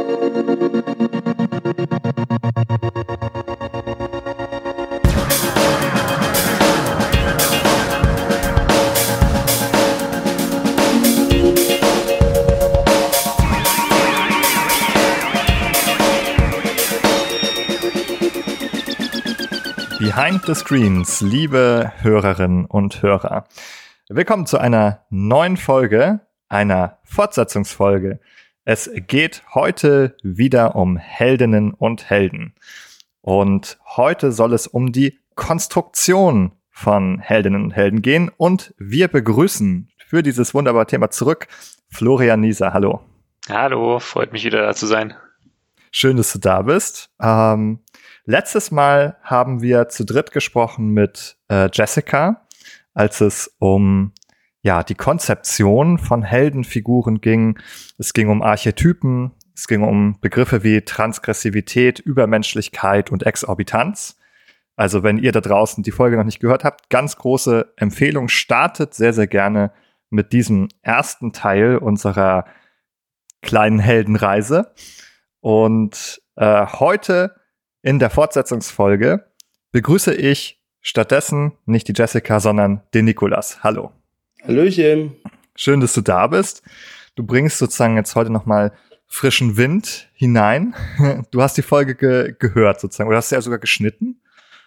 Behind the Screens, liebe Hörerinnen und Hörer. Willkommen zu einer neuen Folge, einer Fortsetzungsfolge. Es geht heute wieder um Heldinnen und Helden. Und heute soll es um die Konstruktion von Heldinnen und Helden gehen. Und wir begrüßen für dieses wunderbare Thema zurück Florian Nieser. Hallo. Hallo, freut mich wieder da zu sein. Schön, dass du da bist. Letztes Mal haben wir zu dritt gesprochen mit Jessica, als es um die Konzeption von Heldenfiguren ging. Es ging um Archetypen, es ging um Begriffe wie Transgressivität, Übermenschlichkeit und Exorbitanz. Also wenn ihr da draußen die Folge noch nicht gehört habt, ganz große Empfehlung, startet sehr, sehr gerne mit diesem ersten Teil unserer kleinen Heldenreise. Und heute in der Fortsetzungsfolge begrüße ich stattdessen nicht die Jessica, sondern den Nikolas. Hallo. Hallöchen. Schön, dass du da bist. Du bringst sozusagen jetzt heute nochmal frischen Wind hinein. Du hast die Folge gehört sozusagen, oder hast du ja sogar geschnitten?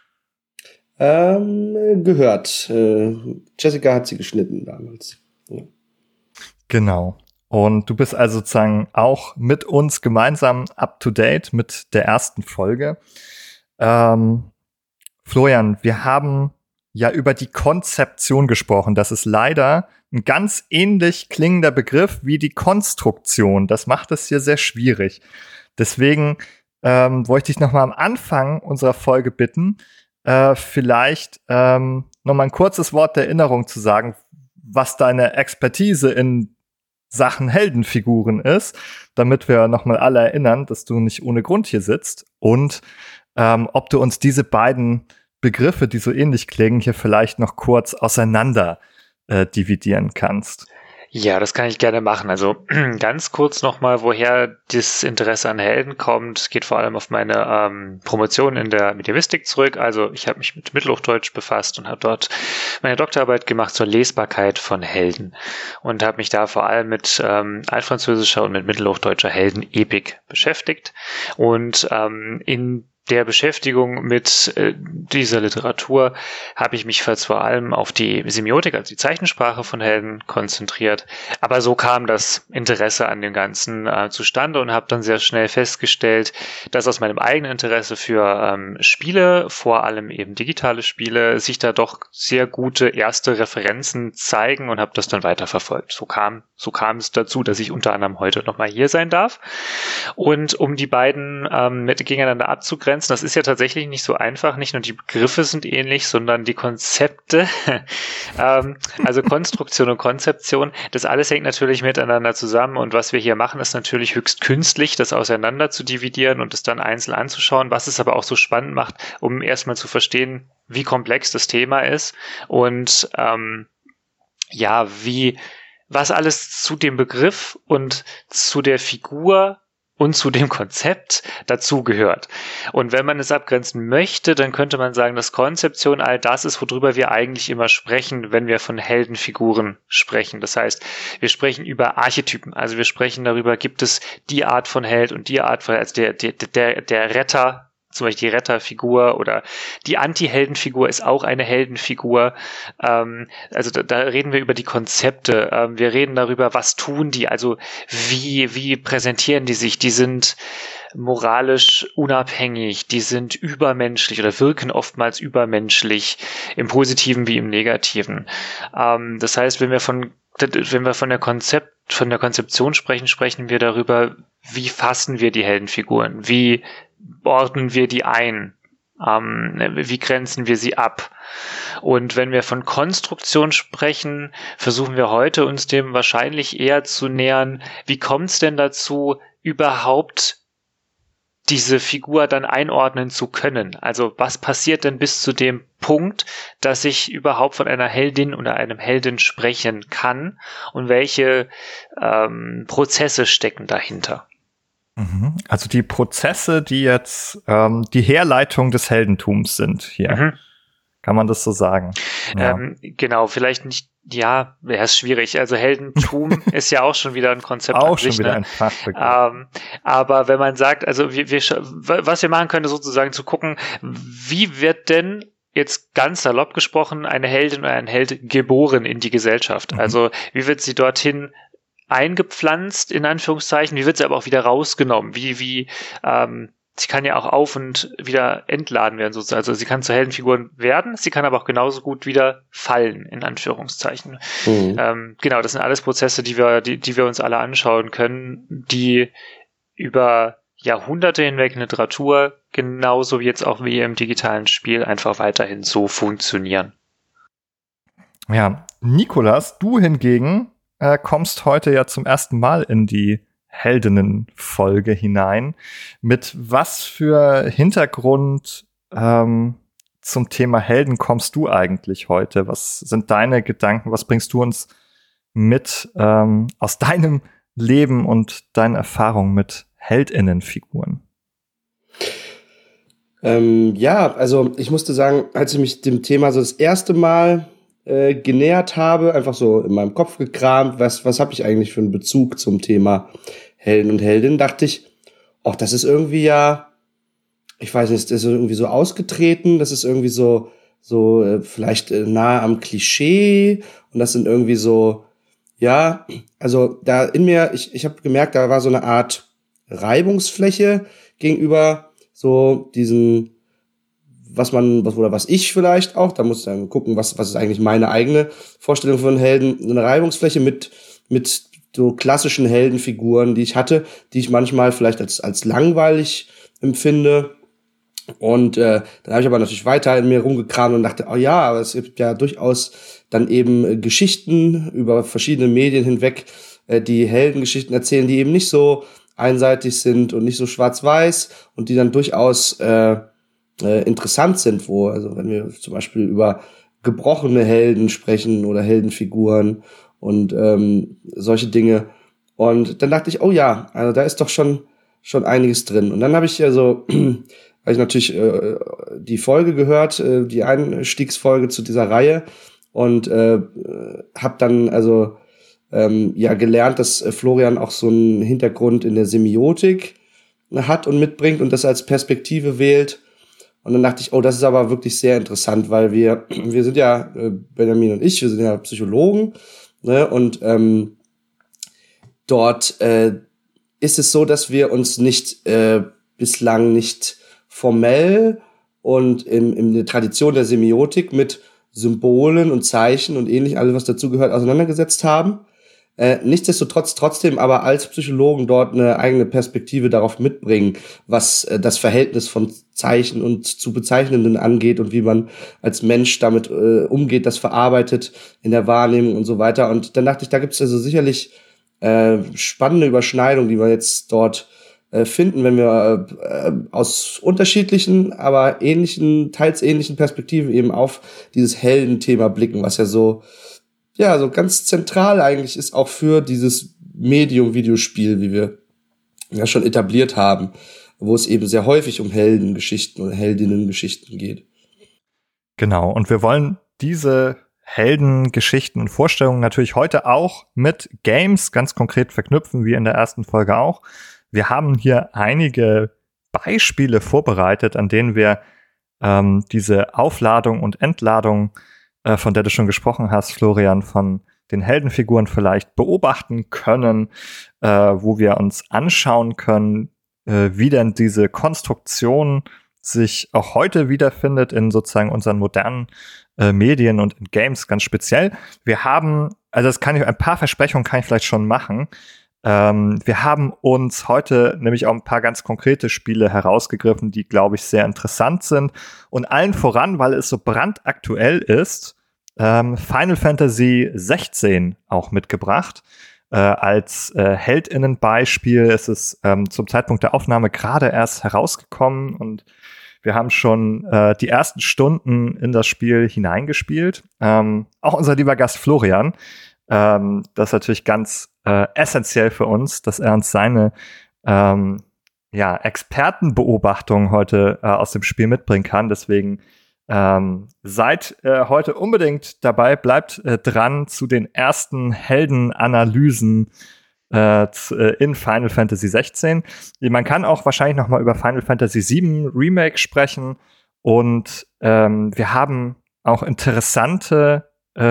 Gehört. Jessica hat sie geschnitten damals. Ja. Genau. Und du bist also sozusagen auch mit uns gemeinsam up to date mit der ersten Folge. Florian, wir haben ja über die Konzeption gesprochen. Das ist leider ein ganz ähnlich klingender Begriff wie die Konstruktion. Das macht es hier sehr schwierig. Deswegen wollte ich dich nochmal am Anfang unserer Folge bitten, vielleicht nochmal ein kurzes Wort der Erinnerung zu sagen, was deine Expertise in Sachen Heldenfiguren ist, damit wir nochmal alle erinnern, dass du nicht ohne Grund hier sitzt und ob du uns diese beiden Begriffe, die so ähnlich klingen, hier vielleicht noch kurz auseinander dividieren kannst. Ja, das kann ich gerne machen. Also ganz kurz nochmal, woher das Interesse an Helden kommt. Geht vor allem auf meine Promotion in der Medievistik zurück. Also ich habe mich mit Mittelhochdeutsch befasst und habe dort meine Doktorarbeit gemacht zur Lesbarkeit von Helden und habe mich da vor allem mit altfranzösischer und mit mittelhochdeutscher Heldenepik beschäftigt. Und in der Beschäftigung mit dieser Literatur habe ich mich vor allem auf die Semiotik, also die Zeichensprache von Helden, konzentriert. Aber so kam das Interesse an dem Ganzen zustande und habe dann sehr schnell festgestellt, dass aus meinem eigenen Interesse für Spiele, vor allem eben digitale Spiele, sich da doch sehr gute erste Referenzen zeigen und habe das dann weiterverfolgt. So kam es dazu, dass ich unter anderem heute nochmal hier sein darf. Und um die beiden gegeneinander abzugrenzen, das ist ja tatsächlich nicht so einfach. Nicht nur die Begriffe sind ähnlich, sondern die Konzepte, also Konstruktion und Konzeption, das alles hängt natürlich miteinander zusammen. Und was wir hier machen, ist natürlich höchst künstlich, das auseinander zu dividieren und es dann einzeln anzuschauen, was es aber auch so spannend macht, um erstmal zu verstehen, wie komplex das Thema ist und was alles zu dem Begriff und zu der Figur und zu dem Konzept dazu gehört. Und wenn man es abgrenzen möchte, dann könnte man sagen, dass Konzeption all das ist, worüber wir eigentlich immer sprechen, wenn wir von Heldenfiguren sprechen. Das heißt, wir sprechen über Archetypen. Also wir sprechen darüber, gibt es die Art von Held und die Art von, also der Retter, zum Beispiel die Retterfigur oder die Anti-Heldenfigur ist auch eine Heldenfigur. Also da reden wir über die Konzepte. Wir reden darüber, was tun die, also wie präsentieren die sich. Die sind moralisch unabhängig, die sind übermenschlich oder wirken oftmals übermenschlich, im Positiven wie im Negativen. Das heißt, wenn wir von der Konzeption sprechen, sprechen wir darüber, wie fassen wir die Heldenfiguren, wie ordnen wir die ein, wie grenzen wir sie ab. Und wenn wir von Konstruktion sprechen, versuchen wir heute uns dem wahrscheinlich eher zu nähern, wie kommt es denn dazu, überhaupt diese Figur dann einordnen zu können. Also was passiert denn bis zu dem Punkt, dass ich überhaupt von einer Heldin oder einem Helden sprechen kann und welche Prozesse stecken dahinter? Also die Prozesse, die jetzt die Herleitung des Heldentums sind hier. Kann man das so sagen? Ja. Genau, vielleicht nicht, ja, ist schwierig. Also Heldentum ist ja auch schon wieder ein Konzept auch an sich, schon wieder ein Fachbegriff. Aber wenn man sagt, also was wir machen können, ist sozusagen zu gucken, wie wird denn jetzt ganz salopp gesprochen eine Heldin oder ein Held geboren in die Gesellschaft? Also wie wird sie dorthin eingepflanzt, in Anführungszeichen, wie wird sie aber auch wieder rausgenommen? Sie kann ja auch auf und wieder entladen werden, sozusagen. Also sie kann zur Heldenfigur werden, sie kann aber auch genauso gut wieder fallen, in Anführungszeichen. Genau, das sind alles Prozesse, die wir uns alle anschauen können, die über Jahrhunderte hinweg in Literatur, genauso wie jetzt auch wie im digitalen Spiel, einfach weiterhin so funktionieren. Ja, Nikolas, du hingegen kommst heute ja zum ersten Mal in die Heldinnen-Folge hinein. Mit was für Hintergrund zum Thema Helden kommst du eigentlich heute? Was sind deine Gedanken? Was bringst du uns mit aus deinem Leben und deinen Erfahrungen mit Heldinnenfiguren? Also ich musste sagen, als ich mich dem Thema so das erste Mal genähert habe, einfach so in meinem Kopf gekramt, was habe ich eigentlich für einen Bezug zum Thema Helden und Heldinnen, dachte ich, das ist irgendwie ich weiß nicht, das ist irgendwie so ausgetreten, das ist irgendwie so vielleicht nahe am Klischee und das sind irgendwie so, also da in mir, ich habe gemerkt, da war so eine Art Reibungsfläche gegenüber so diesen, was ich vielleicht auch, da muss ich dann gucken, was ist eigentlich meine eigene Vorstellung von Helden, so eine Reibungsfläche mit so klassischen Heldenfiguren, die ich hatte, die ich manchmal vielleicht als langweilig empfinde. Und dann habe ich aber natürlich weiter in mir rumgekramt und dachte, aber es gibt ja durchaus dann eben Geschichten über verschiedene Medien hinweg, die Heldengeschichten erzählen, die eben nicht so einseitig sind und nicht so schwarz-weiß und die dann durchaus interessant sind, also wenn wir zum Beispiel über gebrochene Helden sprechen oder Heldenfiguren und solche Dinge. Und dann dachte ich, also da ist doch schon einiges drin. Und dann habe ich habe ich natürlich die Folge gehört, die Einstiegsfolge zu dieser Reihe und habe dann gelernt, dass Florian auch so einen Hintergrund in der Semiotik hat und mitbringt und das als Perspektive wählt. Und dann dachte ich, das ist aber wirklich sehr interessant, weil wir sind ja, Benjamin und ich, wir sind ja Psychologen, ne? Und dort ist es so, dass wir uns bislang nicht formell und in der Tradition der Semiotik mit Symbolen und Zeichen und ähnlich, alles was dazugehört, auseinandergesetzt haben. Nichtsdestotrotz trotzdem aber als Psychologen dort eine eigene Perspektive darauf mitbringen, was das Verhältnis von Zeichen und zu Bezeichnenden angeht und wie man als Mensch damit umgeht, das verarbeitet in der Wahrnehmung und so weiter. Und dann dachte ich, da gibt es also sicherlich spannende Überschneidungen, die wir jetzt dort finden, wenn wir aus unterschiedlichen, aber teils ähnlichen Perspektiven eben auf dieses Heldenthema blicken, was ja so ganz zentral eigentlich ist auch für dieses Medium Videospiel, wie wir ja schon etabliert haben, wo es eben sehr häufig um Heldengeschichten oder Heldinnengeschichten geht. Genau, und wir wollen diese Heldengeschichten und Vorstellungen natürlich heute auch mit Games ganz konkret verknüpfen, wie in der ersten Folge auch. Wir haben hier einige Beispiele vorbereitet, an denen wir diese Aufladung und Entladung, von der du schon gesprochen hast, Florian, von den Heldenfiguren vielleicht beobachten können, wo wir uns anschauen können, wie denn diese Konstruktion sich auch heute wiederfindet in sozusagen unseren modernen Medien und in Games ganz speziell. Wir haben, ein paar Versprechungen kann ich vielleicht schon machen. Wir haben uns heute nämlich auch ein paar ganz konkrete Spiele herausgegriffen, die, glaube ich, sehr interessant sind. Und allen voran, weil es so brandaktuell ist, Final Fantasy 16 auch mitgebracht. Als HeldinnenBeispiel ist es zum Zeitpunkt der Aufnahme gerade erst herausgekommen und wir haben schon die ersten Stunden in das Spiel hineingespielt. Auch unser lieber Gast Florian, das ist natürlich ganz essentiell für uns, dass er uns seine Expertenbeobachtung heute aus dem Spiel mitbringen kann. Deswegen seid heute unbedingt dabei, bleibt dran zu den ersten Heldenanalysen in Final Fantasy 16. Man kann auch wahrscheinlich noch mal über Final Fantasy 7 Remake sprechen und wir haben auch interessante,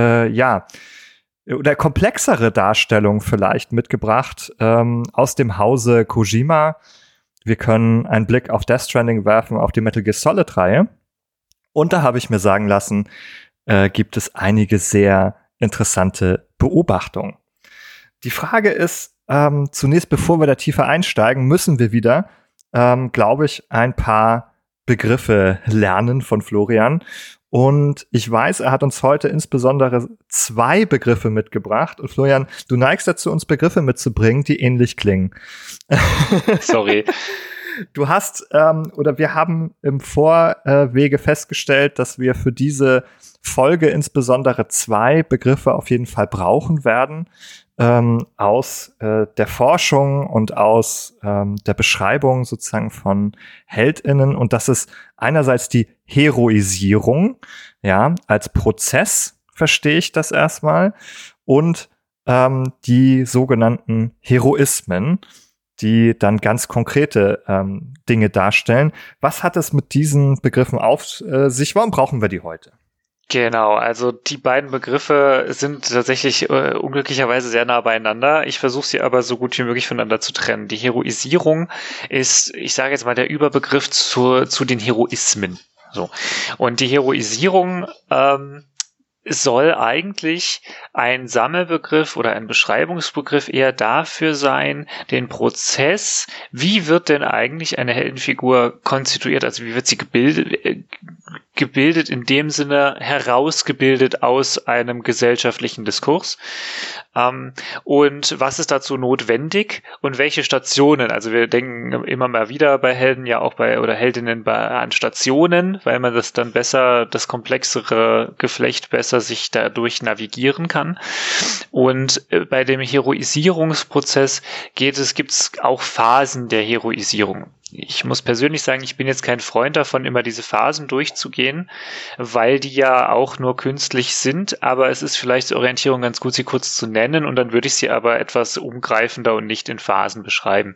oder komplexere Darstellungen vielleicht mitgebracht aus dem Hause Kojima. Wir können einen Blick auf Death Stranding werfen, auf die Metal Gear Solid-Reihe. Und da habe ich mir sagen lassen, gibt es einige sehr interessante Beobachtungen. Die Frage ist, zunächst, bevor wir da tiefer einsteigen, müssen wir wieder, glaube ich, ein paar Begriffe lernen von Florian. Und ich weiß, er hat uns heute insbesondere 2 Begriffe mitgebracht. Und Florian, du neigst dazu, uns Begriffe mitzubringen, die ähnlich klingen. Sorry. Du hast, wir haben im Vorwege festgestellt, dass wir für diese Folge insbesondere 2 Begriffe auf jeden Fall brauchen werden, aus der Forschung und aus der Beschreibung sozusagen von HeldInnen. Und das ist einerseits die Heroisierung, ja, als Prozess verstehe ich das erstmal, und die sogenannten Heroismen, die dann ganz konkrete Dinge darstellen. Was hat es mit diesen Begriffen auf sich? Warum brauchen wir die heute? Genau, also die beiden Begriffe sind tatsächlich unglücklicherweise sehr nah beieinander. Ich versuche sie aber so gut wie möglich voneinander zu trennen. Die Heroisierung ist, ich sage jetzt mal, der Überbegriff zu den Heroismen. So. Und die Heroisierung soll eigentlich ein Sammelbegriff oder ein Beschreibungsbegriff eher dafür sein, den Prozess, wie wird denn eigentlich eine Heldenfigur konstituiert, also wie wird sie gebildet in dem Sinne herausgebildet aus einem gesellschaftlichen Diskurs, und was ist dazu notwendig und welche Stationen, also wir denken immer mal wieder bei Helden ja auch oder Heldinnen an Stationen, weil man das dann besser, das komplexere Geflecht besser sich dadurch navigieren kann. Und bei dem Heroisierungsprozess gibt's auch Phasen der Heroisierung. Ich muss persönlich sagen, ich bin jetzt kein Freund davon, immer diese Phasen durchzugehen, weil die ja auch nur künstlich sind, aber es ist vielleicht zur Orientierung ganz gut, sie kurz zu nennen, und dann würde ich sie aber etwas umgreifender und nicht in Phasen beschreiben.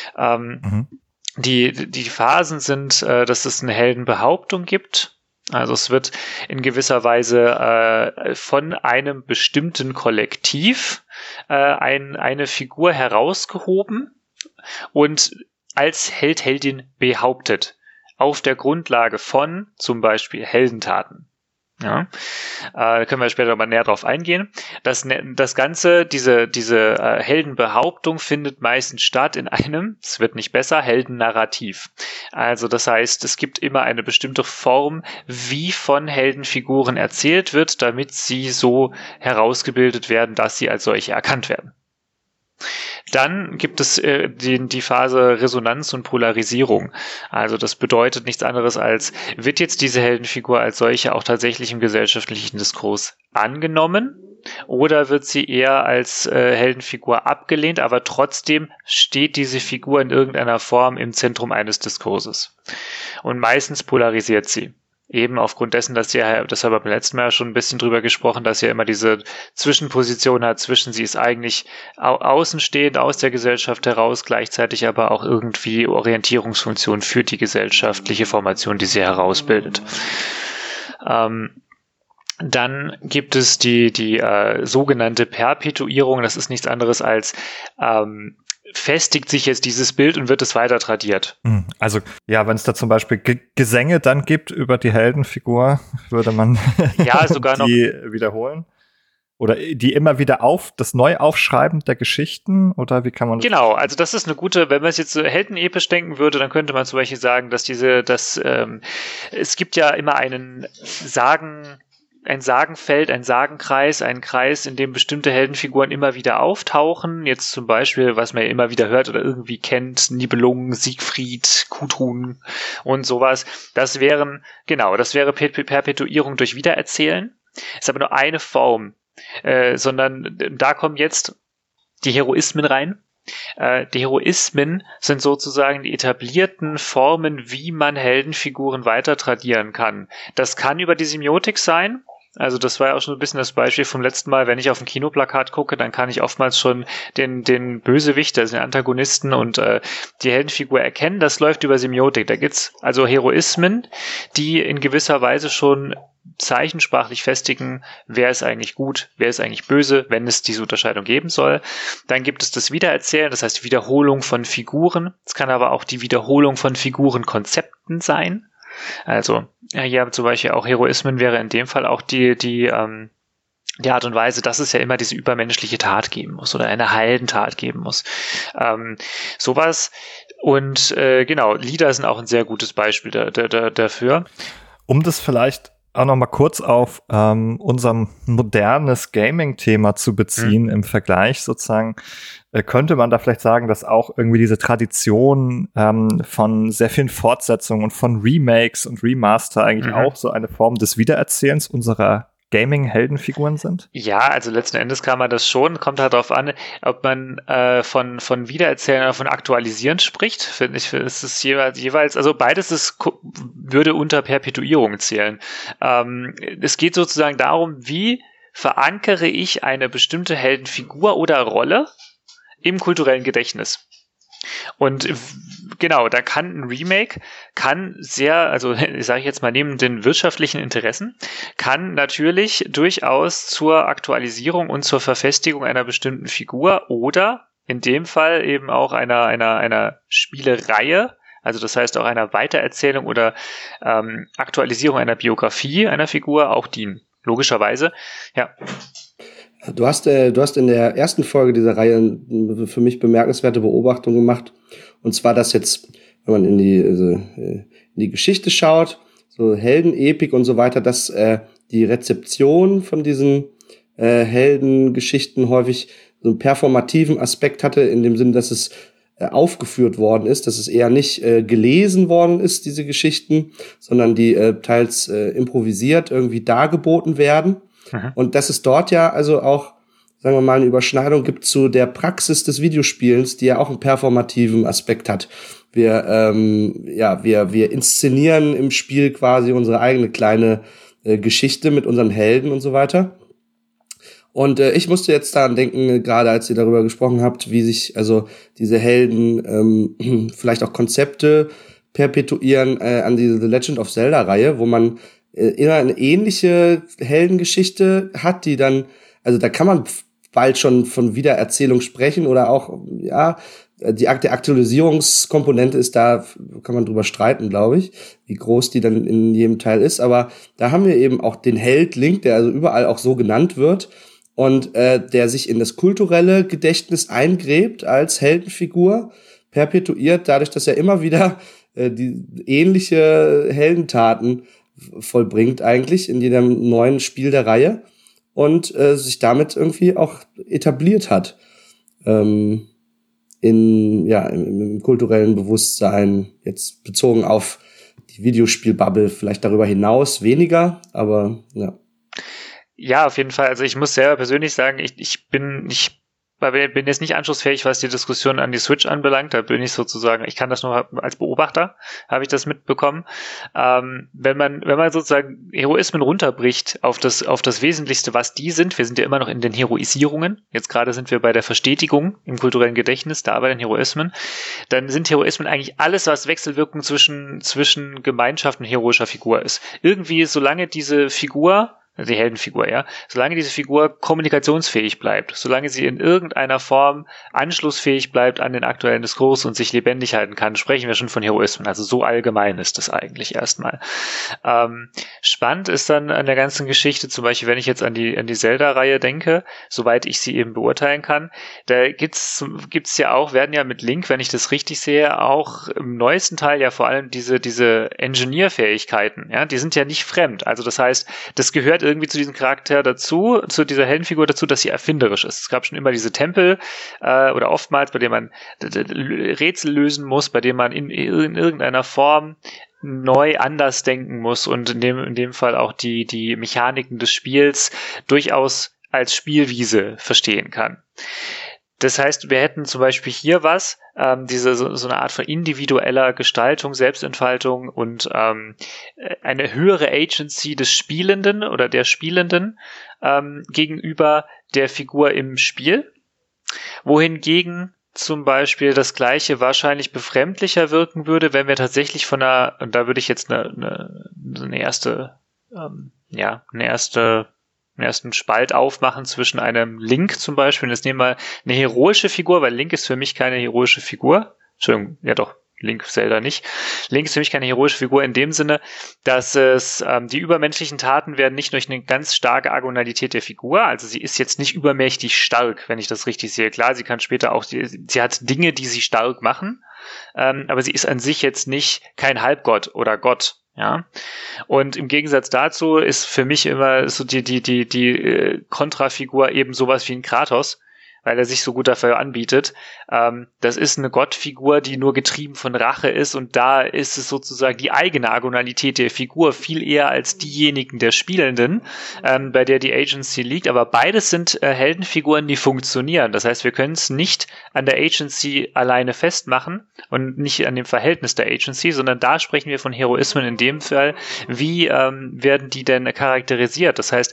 Die Phasen sind, dass es eine Heldenbehauptung gibt. Also es wird in gewisser Weise von einem bestimmten Kollektiv eine Figur herausgehoben und als Held, Heldin behauptet, auf der Grundlage von zum Beispiel Heldentaten. Ja, da können wir später mal näher drauf eingehen. Das Ganze, diese Heldenbehauptung findet meistens statt in einem, es wird nicht besser, Heldennarrativ. Also das heißt, es gibt immer eine bestimmte Form, wie von Heldenfiguren erzählt wird, damit sie so herausgebildet werden, dass sie als solche erkannt werden. Dann gibt es die Phase Resonanz und Polarisierung. Also das bedeutet nichts anderes als, wird jetzt diese Heldenfigur als solche auch tatsächlich im gesellschaftlichen Diskurs angenommen oder wird sie eher als Heldenfigur abgelehnt, aber trotzdem steht diese Figur in irgendeiner Form im Zentrum eines Diskurses. Und meistens polarisiert sie. Eben aufgrund dessen, das haben wir beim letzten Mal schon ein bisschen drüber gesprochen, dass sie ja immer diese Zwischenposition hat, sie ist eigentlich außenstehend aus der Gesellschaft heraus, gleichzeitig aber auch irgendwie Orientierungsfunktion für die gesellschaftliche Formation, die sie herausbildet. Dann gibt es die sogenannte Perpetuierung, das ist nichts anderes als festigt sich jetzt dieses Bild und wird es weiter tradiert. Also, ja, wenn es da zum Beispiel Gesänge dann gibt über die Heldenfigur, würde man sogar die wiederholen? Oder die immer wieder das Neuaufschreiben der Geschichten? Oder wie kann man das? Genau, also das ist eine gute, wenn man es jetzt so heldenepisch denken würde, dann könnte man zum Beispiel sagen, dass es gibt ja immer ein Sagenfeld, ein Sagenkreis, einen Kreis, in dem bestimmte Heldenfiguren immer wieder auftauchen. Jetzt zum Beispiel, was man ja immer wieder hört oder irgendwie kennt, Nibelungen, Siegfried, Gudrun und sowas. Das wäre Perpetuierung durch Wiedererzählen. Ist aber nur eine Form, sondern da kommen jetzt die Heroismen rein. Die Heroismen sind sozusagen die etablierten Formen, wie man Heldenfiguren weiter tradieren kann. Das kann über die Semiotik sein. Also das war ja auch schon ein bisschen das Beispiel vom letzten Mal. Wenn ich auf ein Kinoplakat gucke, dann kann ich oftmals schon den Bösewicht, also den Antagonisten und die Heldenfigur erkennen. Das läuft über Semiotik. Da gibt's also Heroismen, die in gewisser Weise schon zeichensprachlich festigen, wer ist eigentlich gut, wer ist eigentlich böse, wenn es diese Unterscheidung geben soll. Dann gibt es das Wiedererzählen, das heißt die Wiederholung von Figuren. Es kann aber auch die Wiederholung von Figurenkonzepten sein. Also, hier zum Beispiel auch Heroismen wäre in dem Fall auch die Art und Weise, dass es ja immer diese übermenschliche Tat geben muss oder eine Heldentat geben muss. Sowas. Und genau, Lieder sind auch ein sehr gutes Beispiel dafür. Um das vielleicht auch noch mal kurz auf unser modernes Gaming-Thema zu beziehen im Vergleich sozusagen, könnte man da vielleicht sagen, dass auch irgendwie diese Tradition von sehr vielen Fortsetzungen und von Remakes und Remaster eigentlich auch so eine Form des Wiedererzählens unserer Gaming-Heldenfiguren sind? Ja, also letzten Endes kann man das schon, kommt halt darauf an, ob man von Wiedererzählen oder von Aktualisieren spricht. Finde ich, ist es jeweils, also beides würde unter Perpetuierung zählen. Es geht sozusagen darum, wie verankere ich eine bestimmte Heldenfigur oder Rolle im kulturellen Gedächtnis. Und genau, da kann ein Remake, also sage ich jetzt mal neben den wirtschaftlichen Interessen, kann natürlich durchaus zur Aktualisierung und zur Verfestigung einer bestimmten Figur oder in dem Fall eben auch einer Spielereihe, also das heißt auch einer Weitererzählung oder Aktualisierung einer Biografie einer Figur auch dienen. Logischerweise, ja. Du hast in der ersten Folge dieser Reihe für mich bemerkenswerte Beobachtung gemacht. Und zwar, dass jetzt, wenn man in die Geschichte schaut, so Heldenepik und so weiter, dass die Rezeption von diesen Heldengeschichten häufig so einen performativen Aspekt hatte, in dem Sinne, dass es aufgeführt worden ist, dass es eher nicht gelesen worden ist, diese Geschichten, sondern die teils improvisiert irgendwie dargeboten werden. Und dass es dort ja also auch, sagen wir mal, eine Überschneidung gibt zu der Praxis des Videospielens, die ja auch einen performativen Aspekt hat. Wir inszenieren im Spiel quasi unsere eigene kleine Geschichte mit unseren Helden und so weiter. Und ich musste jetzt daran denken, gerade als ihr darüber gesprochen habt, wie sich also diese Helden vielleicht auch Konzepte perpetuieren an diese The Legend of Zelda-Reihe, wo man immer eine ähnliche Heldengeschichte hat, die dann, also da kann man bald schon von Wiedererzählung sprechen oder auch, ja, die Aktualisierungskomponente ist da, kann man drüber streiten, glaube ich, wie groß die dann in jedem Teil ist, aber da haben wir eben auch den Held Link, der also überall auch so genannt wird und der sich in das kulturelle Gedächtnis eingräbt als Heldenfigur, perpetuiert, dadurch, dass er immer wieder die ähnliche Heldentaten vollbringt eigentlich in jedem neuen Spiel der Reihe und sich damit irgendwie auch etabliert hat im kulturellen Bewusstsein, jetzt bezogen auf die Videospielbubble, vielleicht darüber hinaus weniger, aber ja. Ja, auf jeden Fall. Also ich muss selber persönlich sagen, ich bin jetzt nicht anschlussfähig, was die Diskussion an die Switch anbelangt. Da bin ich sozusagen, ich kann das nur als Beobachter, habe ich das mitbekommen. Wenn man sozusagen Heroismen runterbricht auf das Wesentlichste, was die sind, wir sind ja immer noch in den Heroisierungen. Jetzt gerade sind wir bei der Verstetigung im kulturellen Gedächtnis, da bei den Heroismen. Dann sind Heroismen eigentlich alles, was Wechselwirkung zwischen Gemeinschaft und heroischer Figur ist. Irgendwie, solange diese Figur, die Heldenfigur, ja. Solange diese Figur kommunikationsfähig bleibt, solange sie in irgendeiner Form anschlussfähig bleibt an den aktuellen Diskurs und sich lebendig halten kann, sprechen wir schon von Heroismen. Also so allgemein ist das eigentlich erstmal. Spannend ist dann an der ganzen Geschichte, zum Beispiel, wenn ich jetzt an die Zelda-Reihe denke, soweit ich sie eben beurteilen kann, da gibt's ja auch, werden ja mit Link, wenn ich das richtig sehe, auch im neuesten Teil ja vor allem diese Engineer-Fähigkeiten, ja, die sind ja nicht fremd. Also das heißt, das gehört irgendwie zu diesem Charakter dazu, zu dieser Heldenfigur dazu, dass sie erfinderisch ist. Es gab schon immer diese Tempel oder oftmals, bei denen man Rätsel lösen muss, bei denen man in irgendeiner Form neu anders denken muss und in dem Fall auch die Mechaniken des Spiels durchaus als Spielwiese verstehen kann. Das heißt, wir hätten zum Beispiel hier so eine Art von individueller Gestaltung, Selbstentfaltung und eine höhere Agency des Spielenden oder der Spielenden gegenüber der Figur im Spiel, wohingegen zum Beispiel das Gleiche wahrscheinlich befremdlicher wirken würde, wenn wir tatsächlich und da würde ich jetzt einen ersten Spalt aufmachen zwischen einem Link zum Beispiel, und jetzt nehmen wir eine heroische Figur, weil Link ist für mich keine heroische Figur. Entschuldigung, ja doch, Link Zelda nicht. Link ist für mich keine heroische Figur in dem Sinne, dass die übermenschlichen Taten werden nicht durch eine ganz starke Agonalität der Figur, also sie ist jetzt nicht übermächtig stark, wenn ich das richtig sehe. Klar, sie kann später auch, sie hat Dinge, die sie stark machen, aber sie ist an sich jetzt nicht kein Halbgott oder Gott. Ja, und im Gegensatz dazu ist für mich immer so die Kontrafigur eben sowas wie ein Kratos, weil er sich so gut dafür anbietet. Das ist eine Gottfigur, die nur getrieben von Rache ist, und da ist es sozusagen die eigene Agonalität der Figur viel eher als diejenigen der Spielenden, bei der die Agency liegt. Aber beides sind Heldenfiguren, die funktionieren. Das heißt, wir können es nicht an der Agency alleine festmachen und nicht an dem Verhältnis der Agency, sondern da sprechen wir von Heroismen in dem Fall. Wie werden die denn charakterisiert? Das heißt,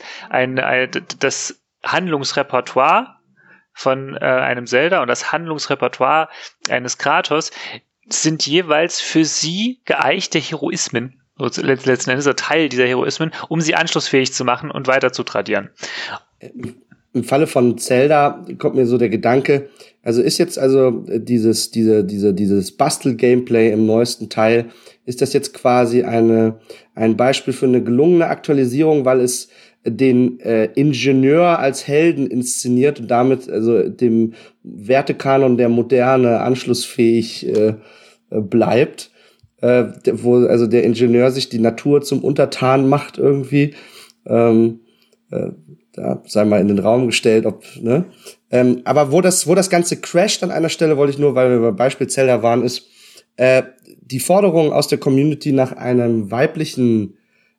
das Handlungsrepertoire von einem Zelda und das Handlungsrepertoire eines Kratos sind jeweils für sie geeichte Heroismen, letzten Endes ein Teil dieser Heroismen, um sie anschlussfähig zu machen und weiter zu tradieren. Im Falle von Zelda kommt mir so der Gedanke, also ist jetzt dieses Bastel-Gameplay im neuesten Teil, ist das jetzt quasi ein Beispiel für eine gelungene Aktualisierung, weil es den Ingenieur als Helden inszeniert und damit also dem Wertekanon der Moderne anschlussfähig bleibt, wo also der Ingenieur sich die Natur zum Untertan macht irgendwie, da sei mal in den Raum gestellt, aber wo das Ganze crasht an einer Stelle, wollte ich nur, weil wir beim Beispiel Zelda waren, ist die Forderung aus der Community nach einer weiblichen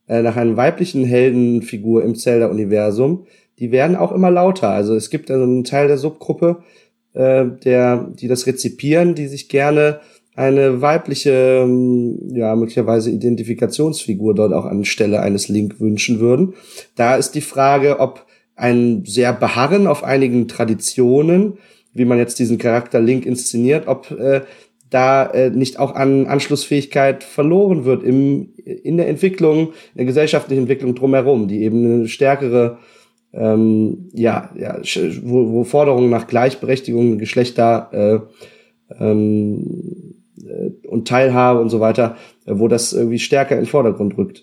Heldenfigur im Zelda-Universum, die werden auch immer lauter. Also es gibt also einen Teil der Subgruppe, die das rezipieren, die sich gerne eine weibliche, möglicherweise Identifikationsfigur dort auch anstelle eines Link wünschen würden. Da ist die Frage, ob ein sehr Beharren auf einigen Traditionen, wie man jetzt diesen Charakter Link inszeniert, ob da nicht auch an Anschlussfähigkeit verloren wird in der Entwicklung, in der gesellschaftlichen Entwicklung drumherum, die eben eine stärkere, wo Forderungen nach Gleichberechtigung, Geschlechter und Teilhabe und so weiter, wo das irgendwie stärker in den Vordergrund rückt.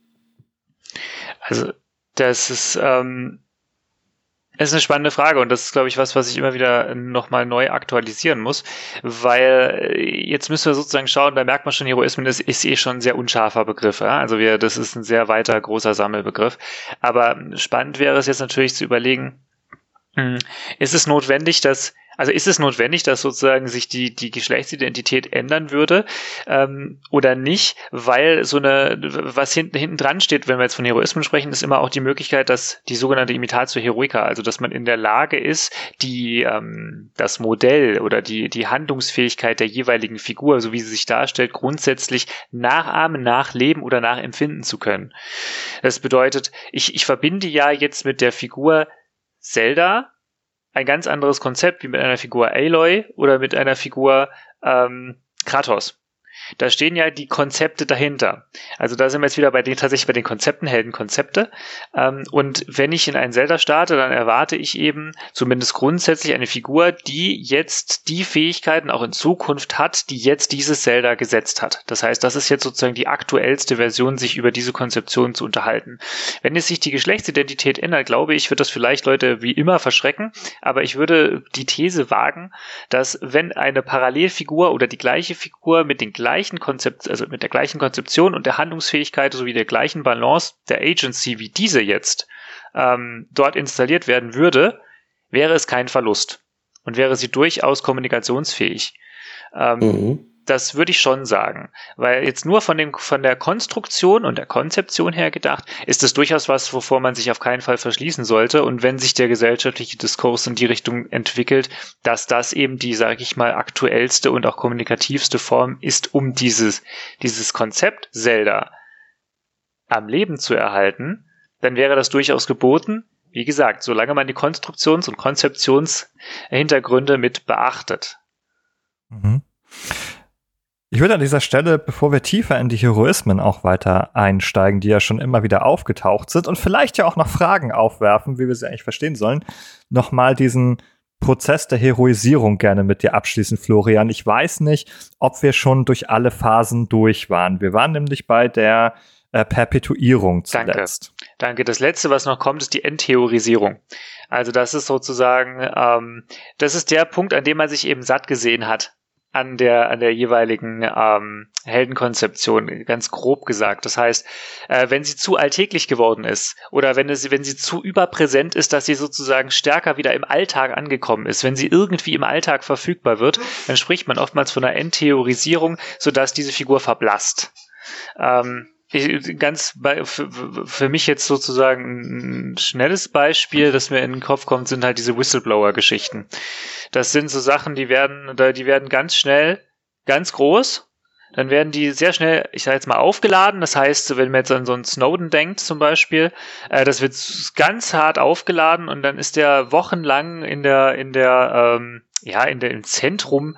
Also das ist es ist eine spannende Frage, und das ist, glaube ich, was ich immer wieder nochmal neu aktualisieren muss, weil jetzt müssen wir sozusagen schauen, da merkt man schon, Heroismen ist schon ein sehr unscharfer Begriff. Ja? Also das ist ein sehr weiter, großer Sammelbegriff. Aber spannend wäre es jetzt natürlich zu überlegen, ist es notwendig, dass sozusagen sich die Geschlechtsidentität ändern würde oder nicht, weil was hinten dran steht, wenn wir jetzt von Heroismen sprechen, ist immer auch die Möglichkeit, dass die sogenannte Imitatio Heroica, also dass man in der Lage ist, das Modell oder die Handlungsfähigkeit der jeweiligen Figur, so wie sie sich darstellt, grundsätzlich nachahmen, nachleben oder nachempfinden zu können. Das bedeutet, ich verbinde ja jetzt mit der Figur Zelda ein ganz anderes Konzept wie mit einer Figur Aloy oder mit einer Figur Kratos. Da stehen ja die Konzepte dahinter. Also da sind wir jetzt wieder tatsächlich bei den Konzepten, Heldenkonzepte. Und wenn ich in einen Zelda starte, dann erwarte ich eben zumindest grundsätzlich eine Figur, die jetzt die Fähigkeiten auch in Zukunft hat, die jetzt dieses Zelda gesetzt hat. Das heißt, das ist jetzt sozusagen die aktuellste Version, sich über diese Konzeption zu unterhalten. Wenn jetzt sich die Geschlechtsidentität ändert, glaube ich, wird das vielleicht Leute wie immer verschrecken, aber ich würde die These wagen, dass wenn eine Parallelfigur oder die gleiche Figur mit den gleichen mit der gleichen Konzeption und der Handlungsfähigkeit sowie der gleichen Balance der Agency wie diese jetzt dort installiert werden würde, wäre es kein Verlust und wäre sie durchaus kommunikationsfähig. Das würde ich schon sagen. Weil jetzt nur von der Konstruktion und der Konzeption her gedacht, ist es durchaus was, wovor man sich auf keinen Fall verschließen sollte. Und wenn sich der gesellschaftliche Diskurs in die Richtung entwickelt, dass das eben die, sage ich mal, aktuellste und auch kommunikativste Form ist, um dieses Konzept Zelda am Leben zu erhalten, dann wäre das durchaus geboten. Wie gesagt, solange man die Konstruktions- und Konzeptionshintergründe mit beachtet. Mhm. Ich würde an dieser Stelle, bevor wir tiefer in die Heroismen auch weiter einsteigen, die ja schon immer wieder aufgetaucht sind und vielleicht ja auch noch Fragen aufwerfen, wie wir sie eigentlich verstehen sollen, nochmal diesen Prozess der Heroisierung gerne mit dir abschließen, Florian. Ich weiß nicht, ob wir schon durch alle Phasen durch waren. Wir waren nämlich bei der Perpetuierung zuletzt. Danke. Das Letzte, was noch kommt, ist die Entheorisierung. Also das ist sozusagen, das ist der Punkt, an dem man sich eben satt gesehen hat. An der jeweiligen Heldenkonzeption, ganz grob gesagt. Das heißt, wenn sie zu alltäglich geworden ist oder wenn sie zu überpräsent ist, dass sie sozusagen stärker wieder im Alltag angekommen ist, wenn sie irgendwie im Alltag verfügbar wird, dann spricht man oftmals von einer Entheorisierung, sodass diese Figur verblasst. Für mich jetzt sozusagen ein schnelles Beispiel, das mir in den Kopf kommt, sind halt diese Whistleblower-Geschichten. Das sind so Sachen, die werden ganz schnell ganz groß, dann werden die sehr schnell, ich sage jetzt mal, aufgeladen. Das heißt, wenn man jetzt an so einen Snowden denkt zum Beispiel, das wird ganz hart aufgeladen und dann ist der wochenlang im Zentrum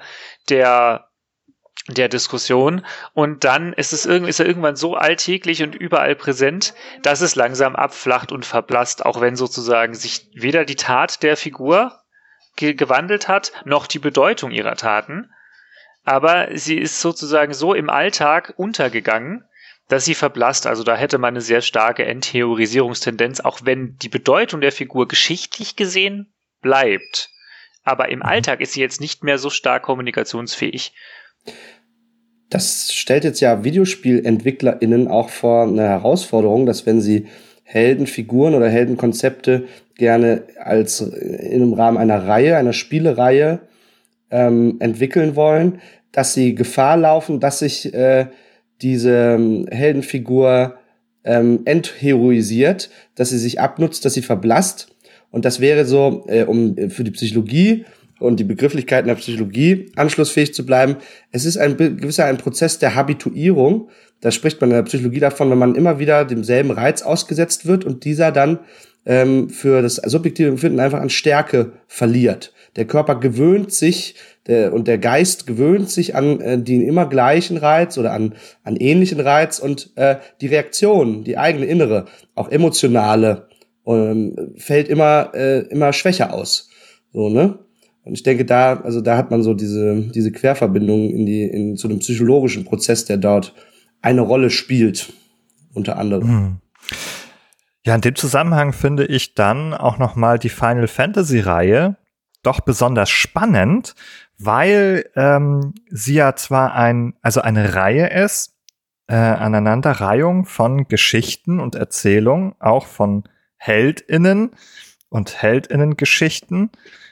der Diskussion und dann ist er irgendwann so alltäglich und überall präsent, dass es langsam abflacht und verblasst, auch wenn sozusagen sich weder die Tat der Figur gewandelt hat, noch die Bedeutung ihrer Taten, aber sie ist sozusagen so im Alltag untergegangen, dass sie verblasst. Also da hätte man eine sehr starke Entheorisierungstendenz, auch wenn die Bedeutung der Figur geschichtlich gesehen bleibt. Aber im Alltag ist sie jetzt nicht mehr so stark kommunikationsfähig. Das stellt jetzt ja VideospielentwicklerInnen auch vor eine Herausforderung, dass wenn sie Heldenfiguren oder Heldenkonzepte gerne im Rahmen einer Spielereihe entwickeln wollen, dass sie Gefahr laufen, dass sich diese Heldenfigur entheroisiert, dass sie sich abnutzt, dass sie verblasst. Und das wäre so, um für die Psychologie und die Begrifflichkeiten der Psychologie anschlussfähig zu bleiben. Es ist ein Prozess der Habituierung. Da spricht man in der Psychologie davon, wenn man immer wieder demselben Reiz ausgesetzt wird und dieser dann für das subjektive Empfinden einfach an Stärke verliert. Der Körper gewöhnt sich und der Geist gewöhnt sich an den immer gleichen Reiz oder an ähnlichen Reiz und die Reaktion, die eigene innere, auch emotionale, fällt immer schwächer aus. So, ne? Und ich denke, da hat man so diese Querverbindung zu dem psychologischen Prozess, der dort eine Rolle spielt, unter anderem. Ja, in dem Zusammenhang finde ich dann auch nochmal die Final Fantasy Reihe doch besonders spannend, weil sie ja zwar eine Reihe ist, Aneinanderreihung von Geschichten und Erzählungen, auch von HeldInnen und HeldinnenGeschichten,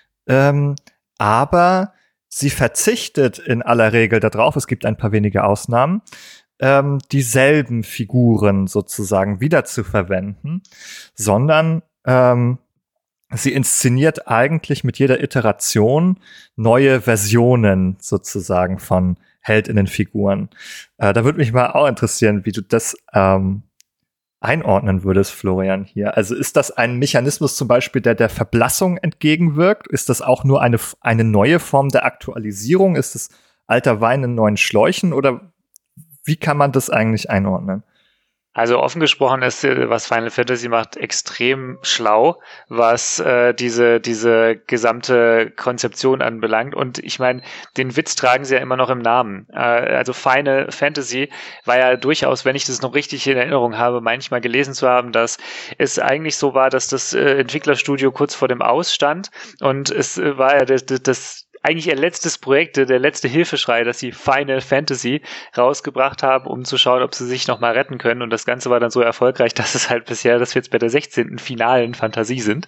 aber sie verzichtet in aller Regel darauf, es gibt ein paar wenige Ausnahmen, dieselben Figuren sozusagen wieder zu verwenden, sondern sie inszeniert eigentlich mit jeder Iteration neue Versionen sozusagen von HeldinnenFiguren. Da würde mich mal auch interessieren, wie du das einordnen würdest, Florian, hier. Also ist das ein Mechanismus zum Beispiel, der Verblassung entgegenwirkt? Ist das auch nur eine neue Form der Aktualisierung? Ist das alter Wein in neuen Schläuchen? Oder wie kann man das eigentlich einordnen? Also offen gesprochen ist, was Final Fantasy macht, extrem schlau, was diese gesamte Konzeption anbelangt. Und ich meine, den Witz tragen sie ja immer noch im Namen. Also Final Fantasy war ja durchaus, wenn ich das noch richtig in Erinnerung habe, manchmal gelesen zu haben, dass es eigentlich so war, dass das Entwicklerstudio kurz vor dem Aus stand. Und es war ja das eigentlich ihr letztes Projekt, der letzte Hilfeschrei, dass sie Final Fantasy rausgebracht haben, um zu schauen, ob sie sich nochmal retten können. Und das Ganze war dann so erfolgreich, dass wir jetzt bei der 16. finalen Fantasie sind.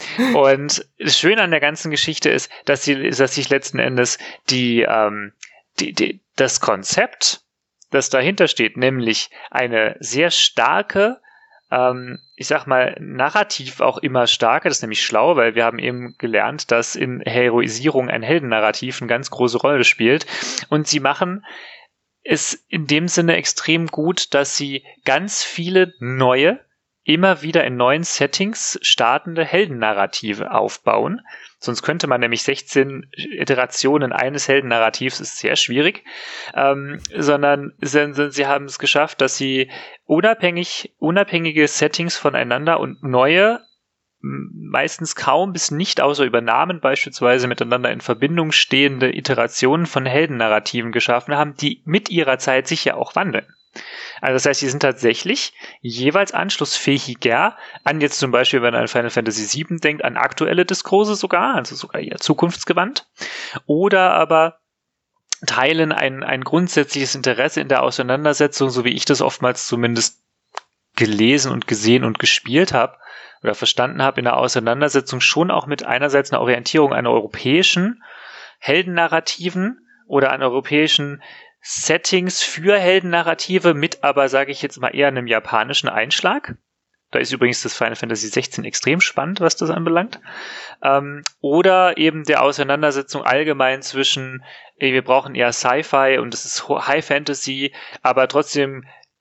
Und das Schöne an der ganzen Geschichte ist, dass sich letzten Endes die das Konzept, das dahinter steht, nämlich eine sehr starke, ich sag mal, narrativ auch immer starke, das ist nämlich schlau, weil wir haben eben gelernt, dass in Heroisierung ein Heldennarrativ eine ganz große Rolle spielt. Und sie machen es in dem Sinne extrem gut, dass sie ganz viele neue, immer wieder in neuen Settings startende Heldennarrative aufbauen. Sonst könnte man nämlich 16 Iterationen eines Heldennarrativs, ist sehr schwierig, sondern sie haben es geschafft, dass sie unabhängige Settings voneinander und neue, meistens kaum bis nicht außer über Namen beispielsweise miteinander in Verbindung stehende Iterationen von Heldennarrativen geschaffen haben, die mit ihrer Zeit sich ja auch wandeln. Also das heißt, die sind tatsächlich jeweils anschlussfähiger an jetzt zum Beispiel, wenn man an Final Fantasy VII denkt, an aktuelle Diskurse sogar, also sogar eher zukunftsgewandt, oder aber teilen ein grundsätzliches Interesse in der Auseinandersetzung, so wie ich das oftmals zumindest gelesen und gesehen und gespielt habe oder verstanden habe, in der Auseinandersetzung schon auch mit einerseits einer Orientierung an europäischen Heldennarrativen oder an europäischen Settings für Heldennarrative mit aber, sage ich jetzt mal, eher einem japanischen Einschlag. Da ist übrigens das Final Fantasy 16 extrem spannend, was das anbelangt. Oder eben der Auseinandersetzung allgemein zwischen, wir brauchen eher Sci-Fi und es ist High Fantasy, aber trotzdem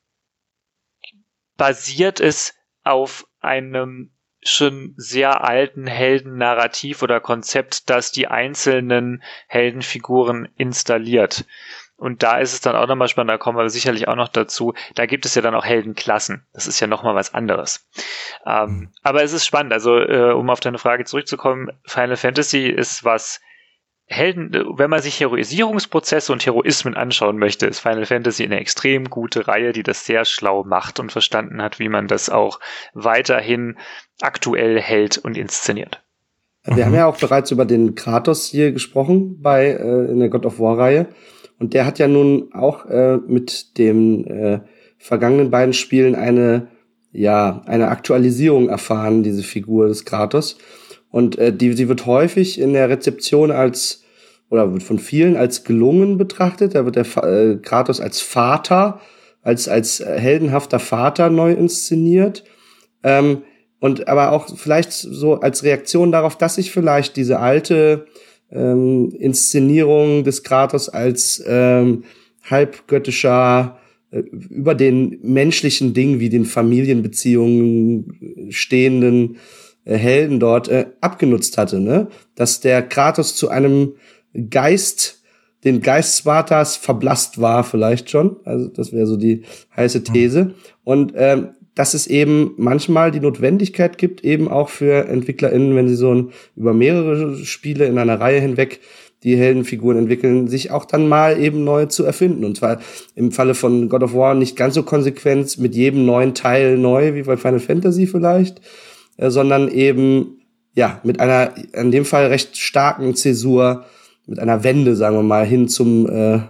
basiert es auf einem schon sehr alten Heldennarrativ oder Konzept, das die einzelnen Heldenfiguren installiert. Und da ist es dann auch nochmal spannend, da kommen wir sicherlich auch noch dazu, da gibt es ja dann auch Heldenklassen. Das ist ja nochmal was anderes. Aber es ist spannend, also um auf deine Frage zurückzukommen, Final Fantasy ist was wenn man sich Heroisierungsprozesse und Heroismen anschauen möchte, ist Final Fantasy eine extrem gute Reihe, die das sehr schlau macht und verstanden hat, wie man das auch weiterhin aktuell hält und inszeniert. Wir haben ja auch bereits über den Kratos hier gesprochen in der God of War Reihe. Und der hat ja nun auch mit den vergangenen beiden Spielen eine Aktualisierung erfahren, diese Figur des Kratos. Und sie wird häufig in der Rezeption wird von vielen als gelungen betrachtet. Da wird der Kratos als Vater, als heldenhafter Vater neu inszeniert. Und aber auch vielleicht so als Reaktion darauf, dass sich vielleicht diese alte Inszenierung des Kratos als halbgöttischer, über den menschlichen Dingen wie den Familienbeziehungen stehenden Helden dort abgenutzt hatte, ne? Dass der Kratos zu einem Geist, den Geist Spartas verblasst war vielleicht schon. Also das wäre so die heiße These. Und dass es eben manchmal die Notwendigkeit gibt, eben auch für EntwicklerInnen, wenn sie über mehrere Spiele in einer Reihe hinweg die Heldenfiguren entwickeln, sich auch dann mal eben neu zu erfinden. Und zwar im Falle von God of War nicht ganz so konsequent mit jedem neuen Teil neu, wie bei Final Fantasy vielleicht, sondern eben, mit einer, in dem Fall recht starken Zäsur, mit einer Wende, sagen wir mal, hin zum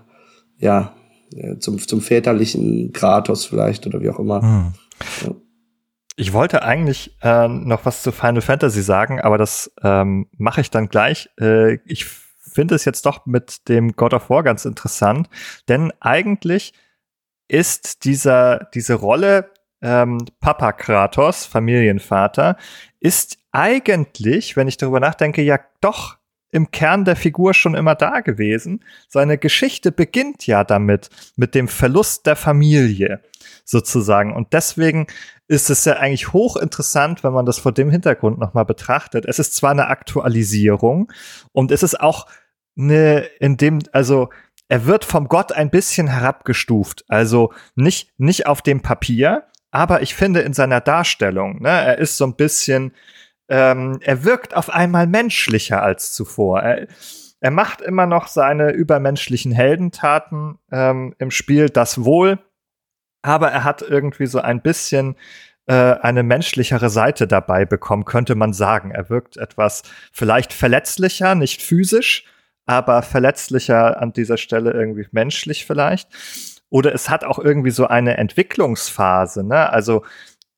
väterlichen Kratos vielleicht oder wie auch immer. Ja. Ich wollte eigentlich noch was zu Final Fantasy sagen, aber das mache ich dann gleich. Ich finde es jetzt doch mit dem God of War ganz interessant, denn eigentlich ist diese Rolle Papa Kratos, Familienvater, ist eigentlich, wenn ich darüber nachdenke, ja doch im Kern der Figur schon immer da gewesen. Seine Geschichte beginnt ja damit, mit dem Verlust der Familie sozusagen. Und deswegen ist es ja eigentlich hochinteressant, wenn man das vor dem Hintergrund nochmal betrachtet. Es ist zwar eine Aktualisierung und es ist auch er wird vom Gott ein bisschen herabgestuft. Also nicht auf dem Papier, aber ich finde in seiner Darstellung, ne, er ist so ein bisschen, er wirkt auf einmal menschlicher als zuvor. Er macht immer noch seine übermenschlichen Heldentaten im Spiel, das wohl, aber er hat irgendwie so ein bisschen eine menschlichere Seite dabei bekommen, könnte man sagen. Er wirkt etwas vielleicht verletzlicher, nicht physisch, aber verletzlicher an dieser Stelle irgendwie menschlich vielleicht. Oder es hat auch irgendwie so eine Entwicklungsphase, ne? Also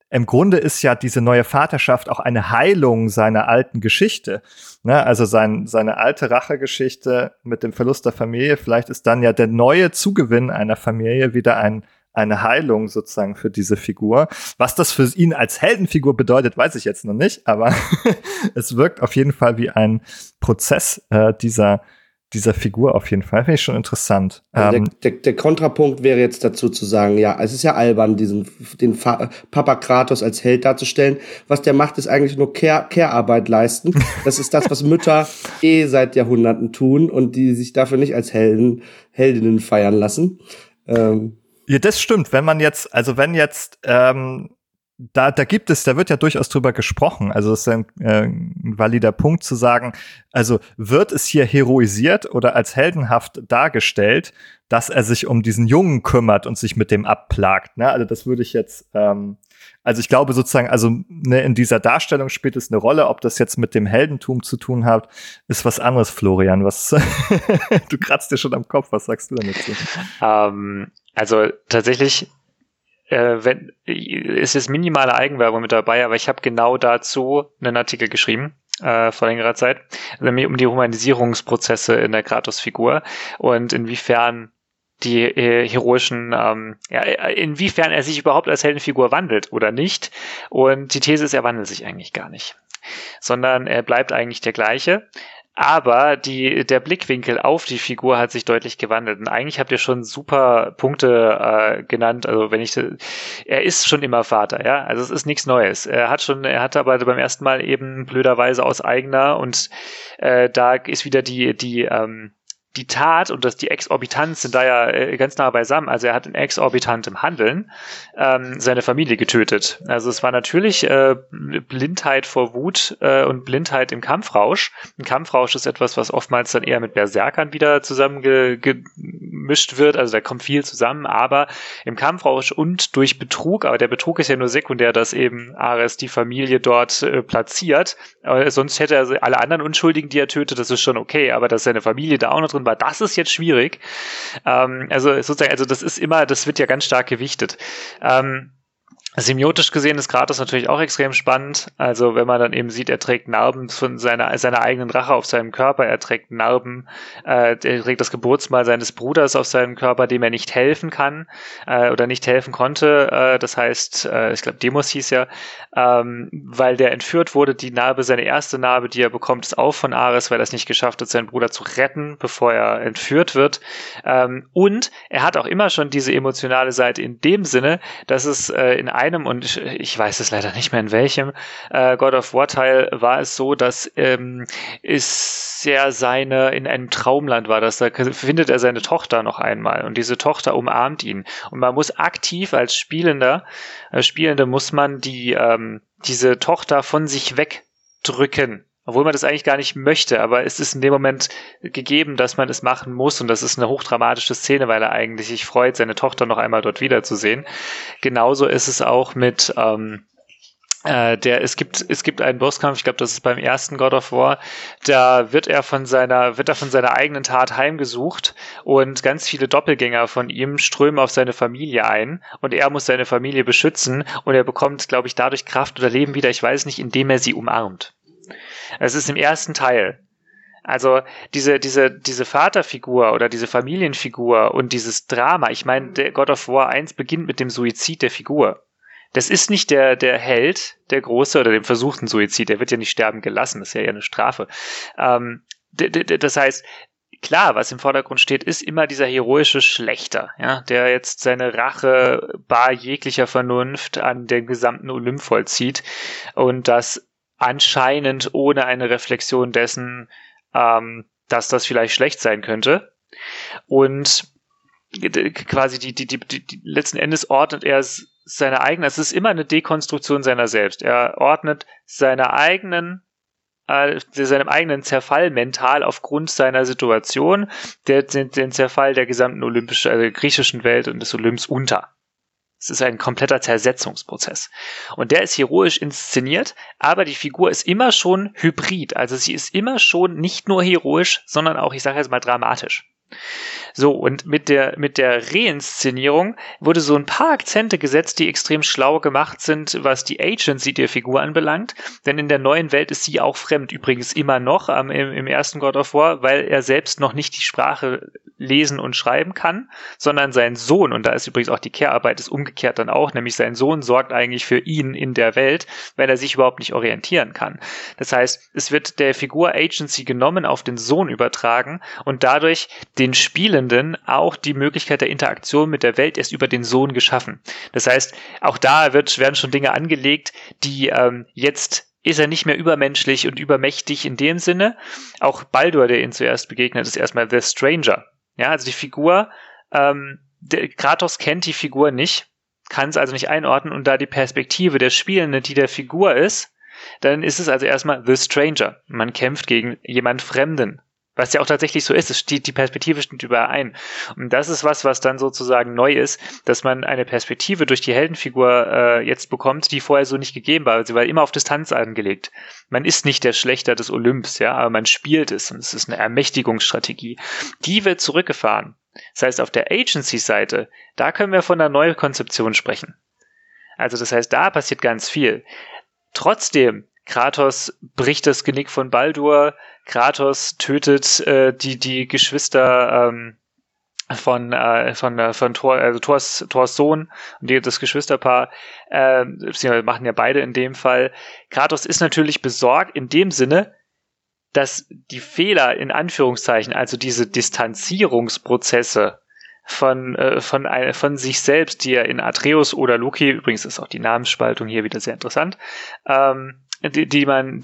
im Grunde ist ja diese neue Vaterschaft auch eine Heilung seiner alten Geschichte. Ne? Also seine alte Rachegeschichte mit dem Verlust der Familie, vielleicht ist dann ja der neue Zugewinn einer Familie wieder eine Heilung sozusagen für diese Figur. Was das für ihn als Heldenfigur bedeutet, weiß ich jetzt noch nicht, aber es wirkt auf jeden Fall wie ein Prozess dieser Figur auf jeden Fall. Finde ich schon interessant. Also der Kontrapunkt wäre jetzt dazu zu sagen, ja, es ist ja albern, den Papa Kratos als Held darzustellen. Was der macht, ist eigentlich nur Care-Arbeit leisten. Das ist das, was Mütter seit Jahrhunderten tun und die sich dafür nicht als Heldinnen feiern lassen. Ja, das stimmt. Wenn jetzt da wird ja durchaus drüber gesprochen. Also es ist ein valider Punkt zu sagen, also wird es hier heroisiert oder als heldenhaft dargestellt, dass er sich um diesen Jungen kümmert und sich mit dem abplagt. Ne? Also das würde ich jetzt, also ich glaube sozusagen, also ne, in dieser Darstellung spielt es eine Rolle, ob das jetzt mit dem Heldentum zu tun hat, ist was anderes, Florian. Was du kratzt dir schon am Kopf, was sagst du damit zu? Also tatsächlich ist jetzt minimale Eigenwerbung mit dabei, aber ich habe genau dazu einen Artikel geschrieben vor längerer Zeit, um die Humanisierungsprozesse in der Kratos-Figur und inwiefern die heroischen, inwiefern er sich überhaupt als Heldenfigur wandelt oder nicht. Und die These ist, er wandelt sich eigentlich gar nicht, sondern er bleibt eigentlich der gleiche. Aber der Blickwinkel auf die Figur hat sich deutlich gewandelt. Und eigentlich habt ihr schon super Punkte genannt. Also er ist schon immer Vater, ja. Also es ist nichts Neues. Er hat aber beim ersten Mal eben blöderweise aus eigener und da ist wieder die Tat und die Exorbitanz sind da ja ganz nah beisammen. Also er hat in exorbitantem Handeln seine Familie getötet. Also es war natürlich Blindheit vor Wut und Blindheit im Kampfrausch. Ein Kampfrausch ist etwas, was oftmals dann eher mit Berserkern wieder zusammengemischt wird. Also da kommt viel zusammen, aber im Kampfrausch und durch Betrug, aber der Betrug ist ja nur sekundär, dass eben Ares die Familie dort platziert. Sonst hätte er alle anderen Unschuldigen, die er tötet, das ist schon okay, aber dass seine Familie da auch noch drin war, das ist jetzt schwierig. Also das wird ja ganz stark gewichtet. Semiotisch gesehen ist Kratos natürlich auch extrem spannend. Also wenn man dann eben sieht, er trägt Narben von seiner eigenen Rache auf seinem Körper, er trägt Narben, er trägt das Geburtsmal seines Bruders auf seinem Körper, dem er nicht helfen kann oder nicht helfen konnte. Das heißt, ich glaube Demos hieß ja, weil der entführt wurde. Die Narbe, seine erste Narbe, die er bekommt, ist auch von Ares, weil er es nicht geschafft hat, seinen Bruder zu retten, bevor er entführt wird. Und er hat auch immer schon diese emotionale Seite in dem Sinne, dass es in einem, und ich weiß es leider nicht mehr in welchem God of War Teil war es so, dass in einem Traumland war das, da findet er seine Tochter noch einmal und diese Tochter umarmt ihn und man muss aktiv als Spielende muss man diese Tochter von sich wegdrücken. Obwohl man das eigentlich gar nicht möchte, aber es ist in dem Moment gegeben, dass man es machen muss und das ist eine hochdramatische Szene, weil er eigentlich sich freut, seine Tochter noch einmal dort wiederzusehen. Genauso ist es auch mit es gibt einen Bosskampf, ich glaube, das ist beim ersten God of War, da wird er von seiner eigenen Tat heimgesucht und ganz viele Doppelgänger von ihm strömen auf seine Familie ein und er muss seine Familie beschützen und er bekommt, glaube ich, dadurch Kraft oder Leben wieder, ich weiß nicht, indem er sie umarmt. Es ist im ersten Teil. Also diese Vaterfigur oder diese Familienfigur und dieses Drama, ich meine, der God of War 1 beginnt mit dem Suizid der Figur. Das ist nicht der Held, der Große, oder dem versuchten Suizid, der wird ja nicht sterben gelassen, das ist ja eher eine Strafe. Das heißt, klar, was im Vordergrund steht, ist immer dieser heroische Schlächter, ja, der jetzt seine Rache bar jeglicher Vernunft an den gesamten Olymp vollzieht und das anscheinend ohne eine Reflexion dessen, dass das vielleicht schlecht sein könnte. Und quasi die letzten Endes ordnet er seine eigene, es ist immer eine Dekonstruktion seiner selbst. Er ordnet seinem eigenen Zerfall mental aufgrund seiner Situation, den Zerfall der gesamten griechischen Welt und des Olymps unter. Es ist ein kompletter Zersetzungsprozess. Und der ist heroisch inszeniert, aber die Figur ist immer schon hybrid. Also sie ist immer schon nicht nur heroisch, sondern auch, ich sage jetzt mal, dramatisch. So, und mit der Reinszenierung wurde so ein paar Akzente gesetzt, die extrem schlau gemacht sind, was die Agency der Figur anbelangt. Denn in der neuen Welt ist sie auch fremd, übrigens immer noch im ersten God of War, weil er selbst noch nicht die Sprache lesen und schreiben kann, sondern sein Sohn, und da ist übrigens auch die Care-Arbeit, ist umgekehrt dann auch, nämlich sein Sohn sorgt eigentlich für ihn in der Welt, weil er sich überhaupt nicht orientieren kann. Das heißt, es wird der Figur Agency genommen, auf den Sohn übertragen und dadurch den Spielenden auch die Möglichkeit der Interaktion mit der Welt erst über den Sohn geschaffen. Das heißt, auch da werden schon Dinge angelegt, die jetzt ist er nicht mehr übermenschlich und übermächtig in dem Sinne. Auch Baldur, der ihn zuerst begegnet, ist erstmal The Stranger. Ja, also die Figur, Kratos kennt die Figur nicht, kann es also nicht einordnen und da die Perspektive der Spielenden, die der Figur ist, dann ist es also erstmal The Stranger. Man kämpft gegen jemand Fremden. Was ja auch tatsächlich so ist, die Perspektive stimmt überein. Und das ist was dann sozusagen neu ist, dass man eine Perspektive durch die Heldenfigur jetzt bekommt, die vorher so nicht gegeben war. Sie war immer auf Distanz angelegt. Man ist nicht der Schlechter des Olymps, ja, aber man spielt es und es ist eine Ermächtigungsstrategie. Die wird zurückgefahren. Das heißt, auf der Agency-Seite, da können wir von einer Neukonzeption sprechen. Also das heißt, da passiert ganz viel. Trotzdem, Kratos bricht das Genick von Baldur, Kratos tötet die Geschwister von Thor, also Thors Sohn und das Geschwisterpaar, sie machen ja beide in dem Fall. Kratos ist natürlich besorgt in dem Sinne, dass die Fehler in Anführungszeichen, also diese Distanzierungsprozesse von sich selbst, die er in Atreus oder Loki, übrigens ist auch die Namensspaltung hier wieder sehr interessant, die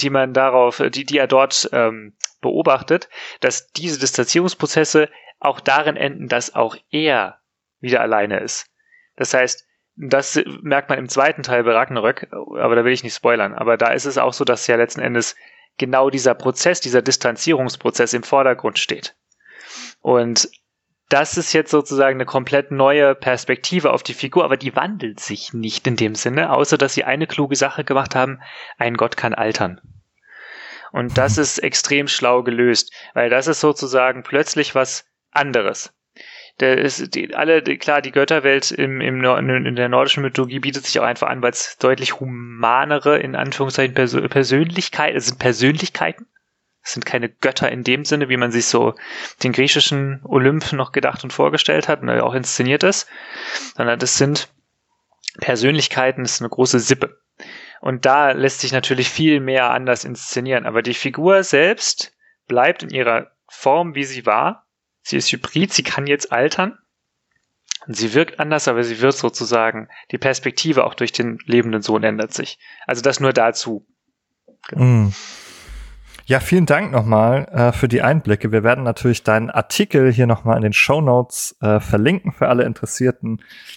er dort beobachtet, dass diese Distanzierungsprozesse auch darin enden, dass auch er wieder alleine ist. Das heißt, das merkt man im zweiten Teil bei Ragnarök, aber da will ich nicht spoilern, aber da ist es auch so, dass ja letzten Endes genau dieser Prozess, dieser Distanzierungsprozess im Vordergrund steht. Und das ist jetzt sozusagen eine komplett neue Perspektive auf die Figur, aber die wandelt sich nicht in dem Sinne, außer dass sie eine kluge Sache gemacht haben, ein Gott kann altern. Und das ist extrem schlau gelöst, weil das ist sozusagen plötzlich was anderes. Die Götterwelt in der nordischen Mythologie bietet sich auch einfach an, weil es deutlich humanere, in Anführungszeichen, Persönlichkeiten, es sind Persönlichkeiten. Es sind keine Götter in dem Sinne, wie man sich so den griechischen Olymp noch gedacht und vorgestellt hat und auch inszeniert ist, sondern das sind Persönlichkeiten, das ist eine große Sippe. Und da lässt sich natürlich viel mehr anders inszenieren. Aber die Figur selbst bleibt in ihrer Form, wie sie war. Sie ist hybrid, sie kann jetzt altern. Und sie wirkt anders, aber sie wird sozusagen, die Perspektive auch durch den lebenden Sohn ändert sich. Also das nur dazu. Genau. Ja, vielen Dank nochmal für die Einblicke. Wir werden natürlich deinen Artikel hier nochmal in den Shownotes verlinken für alle Interessierten,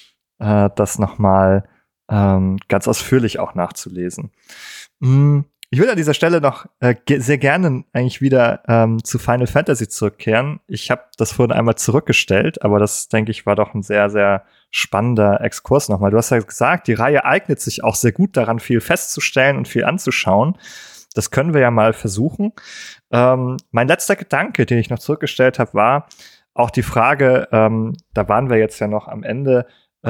das nochmal ganz ausführlich auch nachzulesen. Ich würde an dieser Stelle noch sehr gerne eigentlich wieder zu Final Fantasy zurückkehren. Ich habe das vorhin einmal zurückgestellt, aber das, denke ich, war doch ein sehr, sehr spannender Exkurs nochmal. Du hast ja gesagt, die Reihe eignet sich auch sehr gut daran, viel festzustellen und viel anzuschauen. Das können wir ja mal versuchen. Mein letzter Gedanke, den ich noch zurückgestellt habe, war auch die Frage, da waren wir jetzt ja noch am Ende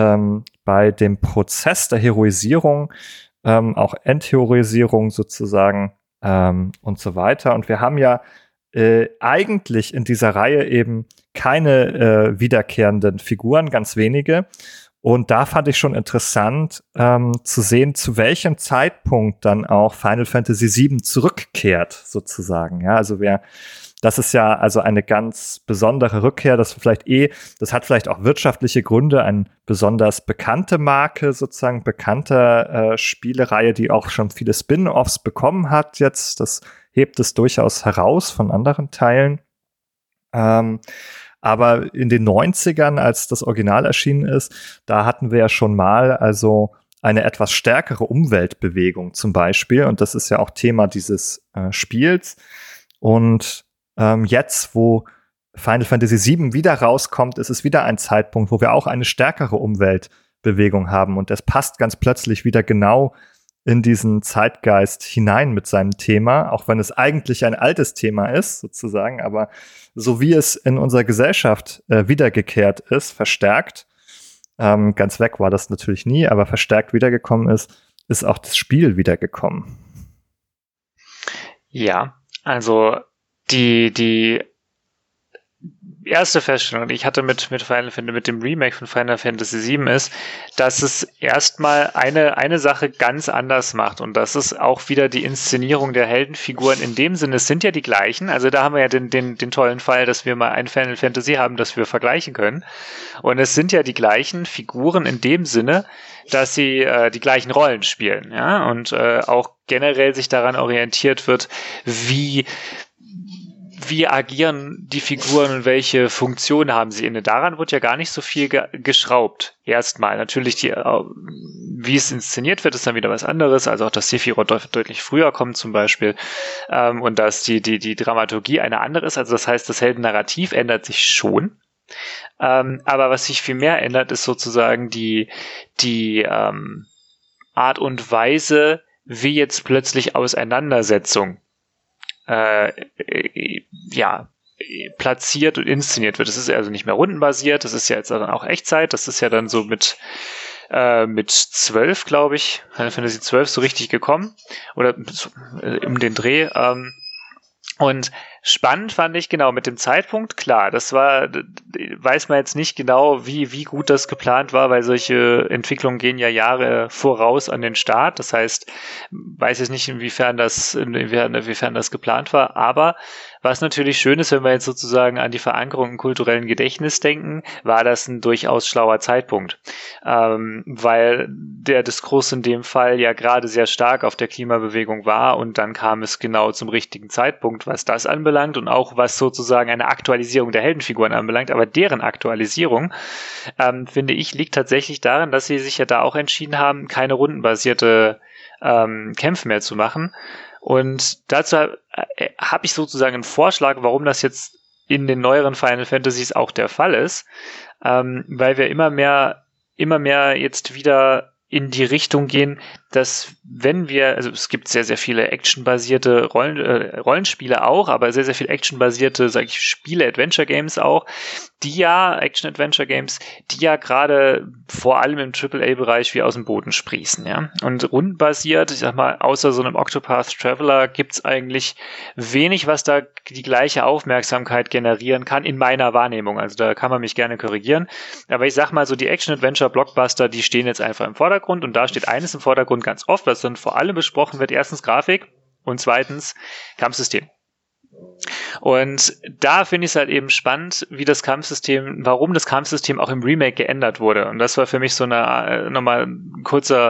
bei dem Prozess der Heroisierung, auch Entheroisierung sozusagen und so weiter. Und wir haben ja eigentlich in dieser Reihe eben keine wiederkehrenden Figuren, ganz wenige. Und da fand ich schon interessant zu sehen, zu welchem Zeitpunkt dann auch Final Fantasy VII zurückkehrt, sozusagen. Ja, also das ist ja also eine ganz besondere Rückkehr, das hat vielleicht auch wirtschaftliche Gründe, eine besonders bekannte Marke, sozusagen bekannte Spielereihe, die auch schon viele Spin-offs bekommen hat jetzt. Das hebt es durchaus heraus von anderen Teilen. Aber in den 90ern, als das Original erschienen ist, da hatten wir ja schon mal also eine etwas stärkere Umweltbewegung zum Beispiel. Und das ist ja auch Thema dieses Spiels. Und jetzt, wo Final Fantasy VII wieder rauskommt, ist es wieder ein Zeitpunkt, wo wir auch eine stärkere Umweltbewegung haben. Und das passt ganz plötzlich wieder genau in diesen Zeitgeist hinein mit seinem Thema, auch wenn es eigentlich ein altes Thema ist, sozusagen, aber so wie es in unserer Gesellschaft wiedergekehrt ist, verstärkt, ganz weg war das natürlich nie, aber verstärkt wiedergekommen ist auch das Spiel wiedergekommen. Ja, also die erste Feststellung, die ich hatte mit dem Remake von Final Fantasy VII ist, dass es erstmal eine Sache ganz anders macht, und das ist auch wieder die Inszenierung der Heldenfiguren in dem Sinne. Es sind ja die gleichen, also da haben wir ja den tollen Fall, dass wir mal ein Final Fantasy haben, das wir vergleichen können, und es sind ja die gleichen Figuren in dem Sinne, dass sie die gleichen Rollen spielen, ja, und auch generell sich daran orientiert wird, wie agieren die Figuren und welche Funktion haben sie inne. Daran wird ja gar nicht so viel geschraubt. Erstmal. Natürlich, wie es inszeniert wird, ist dann wieder was anderes. Also auch, dass Sephiroth deutlich früher kommt zum Beispiel. Und dass die Dramaturgie eine andere ist. Also das heißt, das Heldennarrativ ändert sich schon. Aber was sich viel mehr ändert, ist sozusagen die Art und Weise, wie jetzt plötzlich Auseinandersetzung platziert und inszeniert wird. Das ist also nicht mehr rundenbasiert, das ist ja jetzt dann auch Echtzeit, das ist ja dann so mit 12, glaube ich, Final Fantasy 12 so richtig gekommen, oder so, um den Dreh, und spannend fand ich, genau, mit dem Zeitpunkt, klar, weiß man jetzt nicht genau, wie gut das geplant war, weil solche Entwicklungen gehen ja Jahre voraus an den Start. Das heißt, weiß jetzt nicht, inwiefern das geplant war, aber was natürlich schön ist, wenn wir jetzt sozusagen an die Verankerung im kulturellen Gedächtnis denken, war das ein durchaus schlauer Zeitpunkt, weil der Diskurs in dem Fall ja gerade sehr stark auf der Klimabewegung war, und dann kam es genau zum richtigen Zeitpunkt, was das anbelangt, und auch was sozusagen eine Aktualisierung der Heldenfiguren anbelangt. Aber deren Aktualisierung, finde ich, liegt tatsächlich darin, dass sie sich ja da auch entschieden haben, keine rundenbasierte Kämpfe mehr zu machen. Und dazu habe ich sozusagen einen Vorschlag, warum das jetzt in den neueren Final Fantasies auch der Fall ist, weil wir immer mehr jetzt wieder in die Richtung gehen, dass also es gibt sehr, sehr viele actionbasierte Rollenspiele auch, aber sehr, sehr viele actionbasierte, sage ich, Spiele, Adventure-Games auch, Action-Adventure-Games, die ja gerade vor allem im AAA-Bereich wie aus dem Boden sprießen, ja. Und rundenbasiert, ich sag mal, außer so einem Octopath Traveler gibt's eigentlich wenig, was da die gleiche Aufmerksamkeit generieren kann, in meiner Wahrnehmung. Also da kann man mich gerne korrigieren. Aber ich sag mal, so die Action-Adventure-Blockbuster, die stehen jetzt einfach im Vordergrund, und da steht eines im Vordergrund ganz oft, was dann vor allem besprochen wird: erstens Grafik und zweitens Kampfsystem. Und da finde ich es halt eben spannend, warum das Kampfsystem auch im Remake geändert wurde. Und das war für mich so nochmal ein kurzer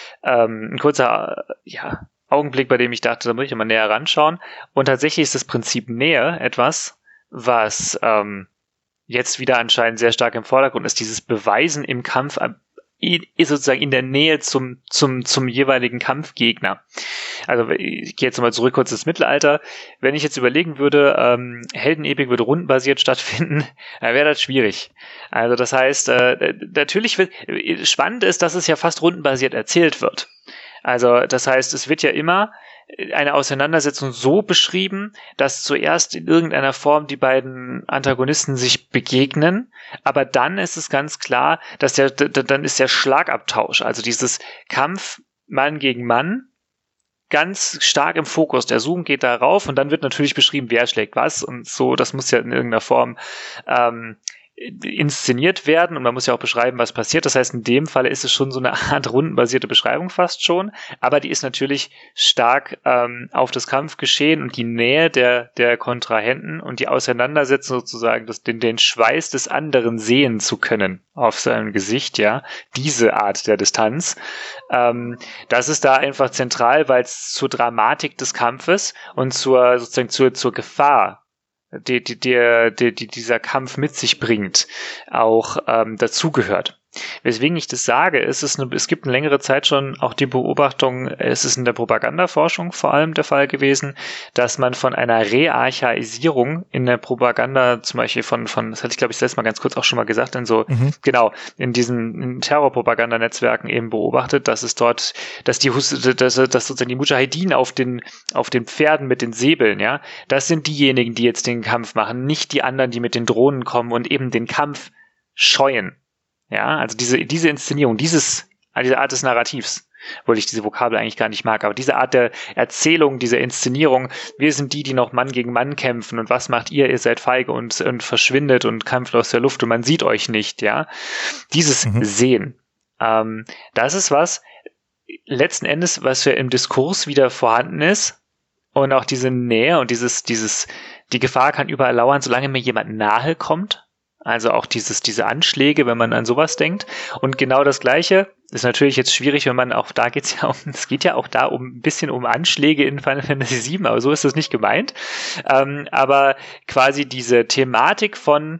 Augenblick, bei dem ich dachte, da muss ich mal näher ranschauen. Und tatsächlich ist das Prinzip Nähe etwas, was jetzt wieder anscheinend sehr stark im Vordergrund ist. Dieses Beweisen im Kampf ist sozusagen in der Nähe zum jeweiligen Kampfgegner. Also ich gehe jetzt nochmal zurück kurz ins Mittelalter. Wenn ich jetzt überlegen würde, Heldenepik würde rundenbasiert stattfinden, dann wäre das schwierig. Also das heißt, natürlich spannend ist, dass es ja fast rundenbasiert erzählt wird. Also das heißt, es wird ja immer eine Auseinandersetzung so beschrieben, dass zuerst in irgendeiner Form die beiden Antagonisten sich begegnen, aber dann ist es ganz klar, dass dann ist der Schlagabtausch, also dieses Kampf Mann gegen Mann, ganz stark im Fokus. Der Zoom geht darauf, und dann wird natürlich beschrieben, wer schlägt was, und so. Das muss ja in irgendeiner Form inszeniert werden, und man muss ja auch beschreiben, was passiert. Das heißt, in dem Fall ist es schon so eine Art rundenbasierte Beschreibung fast schon, aber die ist natürlich stark auf das Kampfgeschehen und die Nähe der Kontrahenten und die Auseinandersetzung sozusagen, den Schweiß des anderen sehen zu können auf seinem Gesicht, ja, diese Art der Distanz. Das ist da einfach zentral, weil es zur Dramatik des Kampfes und zur Gefahr, die dieser Kampf mit sich bringt, auch dazugehört. Weswegen ich das sage, es gibt eine längere Zeit schon auch die Beobachtung, es ist in der Propagandaforschung vor allem der Fall gewesen, dass man von einer Rearchaisierung in der Propaganda, zum Beispiel von das hatte ich glaube ich letztes Mal ganz kurz auch schon mal gesagt, in diesen Terrorpropagandanetzwerken eben beobachtet, dass es dort, dass sozusagen die Mujahedin auf den Pferden mit den Säbeln, ja, das sind diejenigen, die jetzt den Kampf machen, nicht die anderen, die mit den Drohnen kommen und eben den Kampf scheuen. Ja, also diese Inszenierung, diese Art des Narrativs, obwohl ich diese Vokabel eigentlich gar nicht mag, aber diese Art der Erzählung, diese Inszenierung, wir sind die noch Mann gegen Mann kämpfen und was macht ihr seid feige und verschwindet und kämpft aus der Luft und man sieht euch nicht, ja. Dieses Sehen, das ist was, letzten Endes, was ja im Diskurs wieder vorhanden ist und auch diese Nähe und die Gefahr kann überall lauern, solange mir jemand nahe kommt. Also auch diese Anschläge, wenn man an sowas denkt. Und genau das Gleiche ist natürlich jetzt schwierig, wenn man auch, es geht ja auch da ein bisschen um Anschläge in Final Fantasy VII, aber so ist das nicht gemeint. Aber quasi diese Thematik von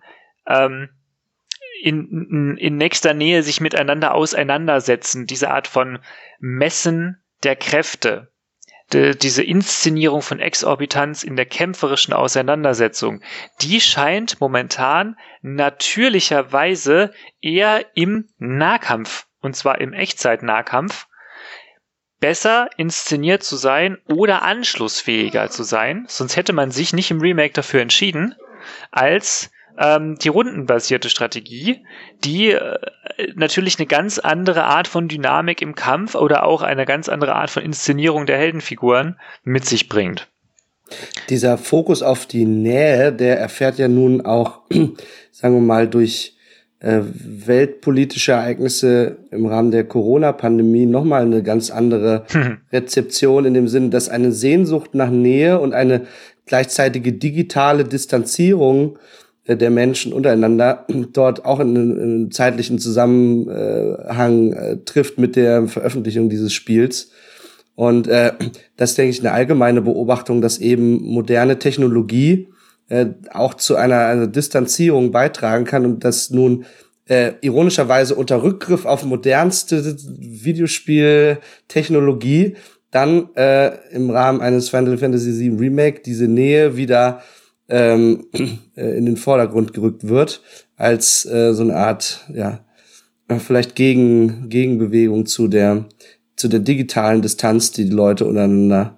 in nächster Nähe sich miteinander auseinandersetzen, diese Art von Messen der Kräfte, diese Inszenierung von Exorbitanz in der kämpferischen Auseinandersetzung, die scheint momentan natürlicherweise eher im Nahkampf, und zwar im Echtzeit-Nahkampf, besser inszeniert zu sein oder anschlussfähiger zu sein, sonst hätte man sich nicht im Remake dafür entschieden, als die rundenbasierte Strategie, die natürlich eine ganz andere Art von Dynamik im Kampf oder auch eine ganz andere Art von Inszenierung der Heldenfiguren mit sich bringt. Dieser Fokus auf die Nähe, der erfährt ja nun auch, sagen wir mal, durch weltpolitische Ereignisse im Rahmen der Corona-Pandemie nochmal eine ganz andere Rezeption in dem Sinne, dass eine Sehnsucht nach Nähe und eine gleichzeitige digitale Distanzierung der Menschen untereinander dort auch in einen zeitlichen Zusammenhang trifft mit der Veröffentlichung dieses Spiels. Und das ist, denke ich, eine allgemeine Beobachtung, dass eben moderne Technologie auch zu einer Distanzierung beitragen kann und dass nun ironischerweise unter Rückgriff auf modernste Videospieltechnologie dann im Rahmen eines Final Fantasy VII Remake diese Nähe wieder in den Vordergrund gerückt wird, als so eine Art, ja, vielleicht Gegenbewegung zu der digitalen Distanz, die Leute untereinander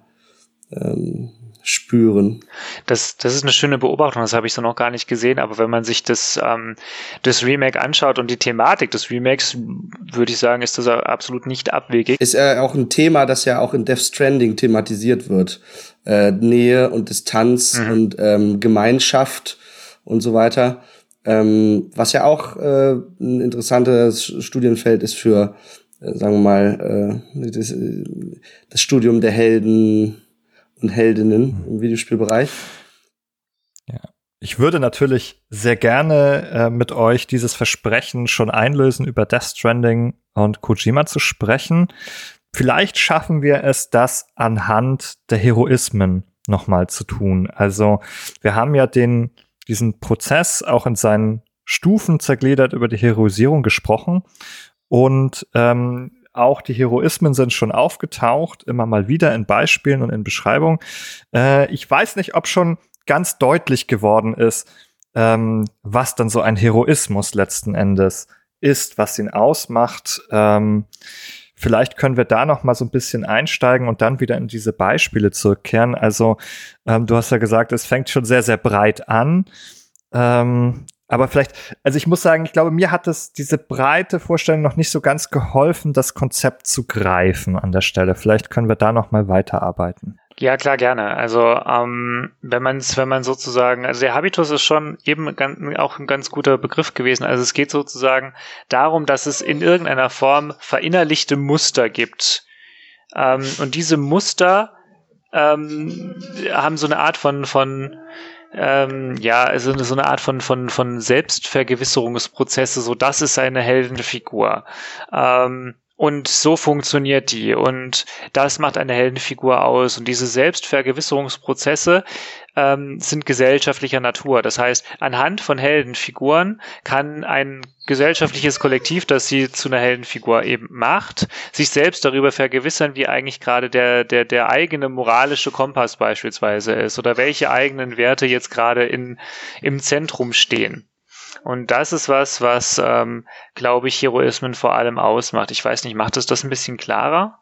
spüren. Das ist eine schöne Beobachtung, das habe ich so noch gar nicht gesehen, aber wenn man sich das Remake anschaut und die Thematik des Remakes, würde ich sagen, ist das absolut nicht abwegig. Ist auch ein Thema, das ja auch in Death Stranding thematisiert wird. Nähe und Distanz und Gemeinschaft und so weiter. Was ja auch ein interessantes Studienfeld ist für, sagen wir mal, das Studium der Helden und Heldinnen im Videospielbereich. Ja. Ich würde natürlich sehr gerne mit euch dieses Versprechen schon einlösen, über Death Stranding und Kojima zu sprechen. Vielleicht schaffen wir es, das anhand der Heroismen nochmal zu tun. Also wir haben ja diesen Prozess auch in seinen Stufen zergliedert über die Heroisierung gesprochen und auch die Heroismen sind schon aufgetaucht, immer mal wieder in Beispielen und in Beschreibungen. Ich weiß nicht, ob schon ganz deutlich geworden ist, was dann so ein Heroismus letzten Endes ist, was ihn ausmacht. Vielleicht können wir da noch mal so ein bisschen einsteigen und dann wieder in diese Beispiele zurückkehren. Also du hast ja gesagt, es fängt schon sehr, sehr breit an. Aber vielleicht, also ich muss sagen, ich glaube, mir hat diese breite Vorstellung noch nicht so ganz geholfen, das Konzept zu greifen an der Stelle. Vielleicht können wir da noch mal weiterarbeiten. Ja, klar, gerne. Also wenn man sozusagen, also der Habitus ist schon eben auch ein ganz guter Begriff gewesen. Also es geht sozusagen darum, dass es in irgendeiner Form verinnerlichte Muster gibt. Und diese Muster haben so eine Art von also so eine Art von Selbstvergewisserungsprozesse, so das ist eine Heldenfigur. Und so funktioniert die. Und das macht eine Heldenfigur aus. Und diese Selbstvergewisserungsprozesse sind gesellschaftlicher Natur. Das heißt, anhand von Heldenfiguren kann ein gesellschaftliches Kollektiv, das sie zu einer Heldenfigur eben macht, sich selbst darüber vergewissern, wie eigentlich gerade der eigene moralische Kompass beispielsweise ist oder welche eigenen Werte jetzt gerade im Zentrum stehen. Und das ist was glaube ich, Heroismen vor allem ausmacht. Ich weiß nicht, macht es das ein bisschen klarer?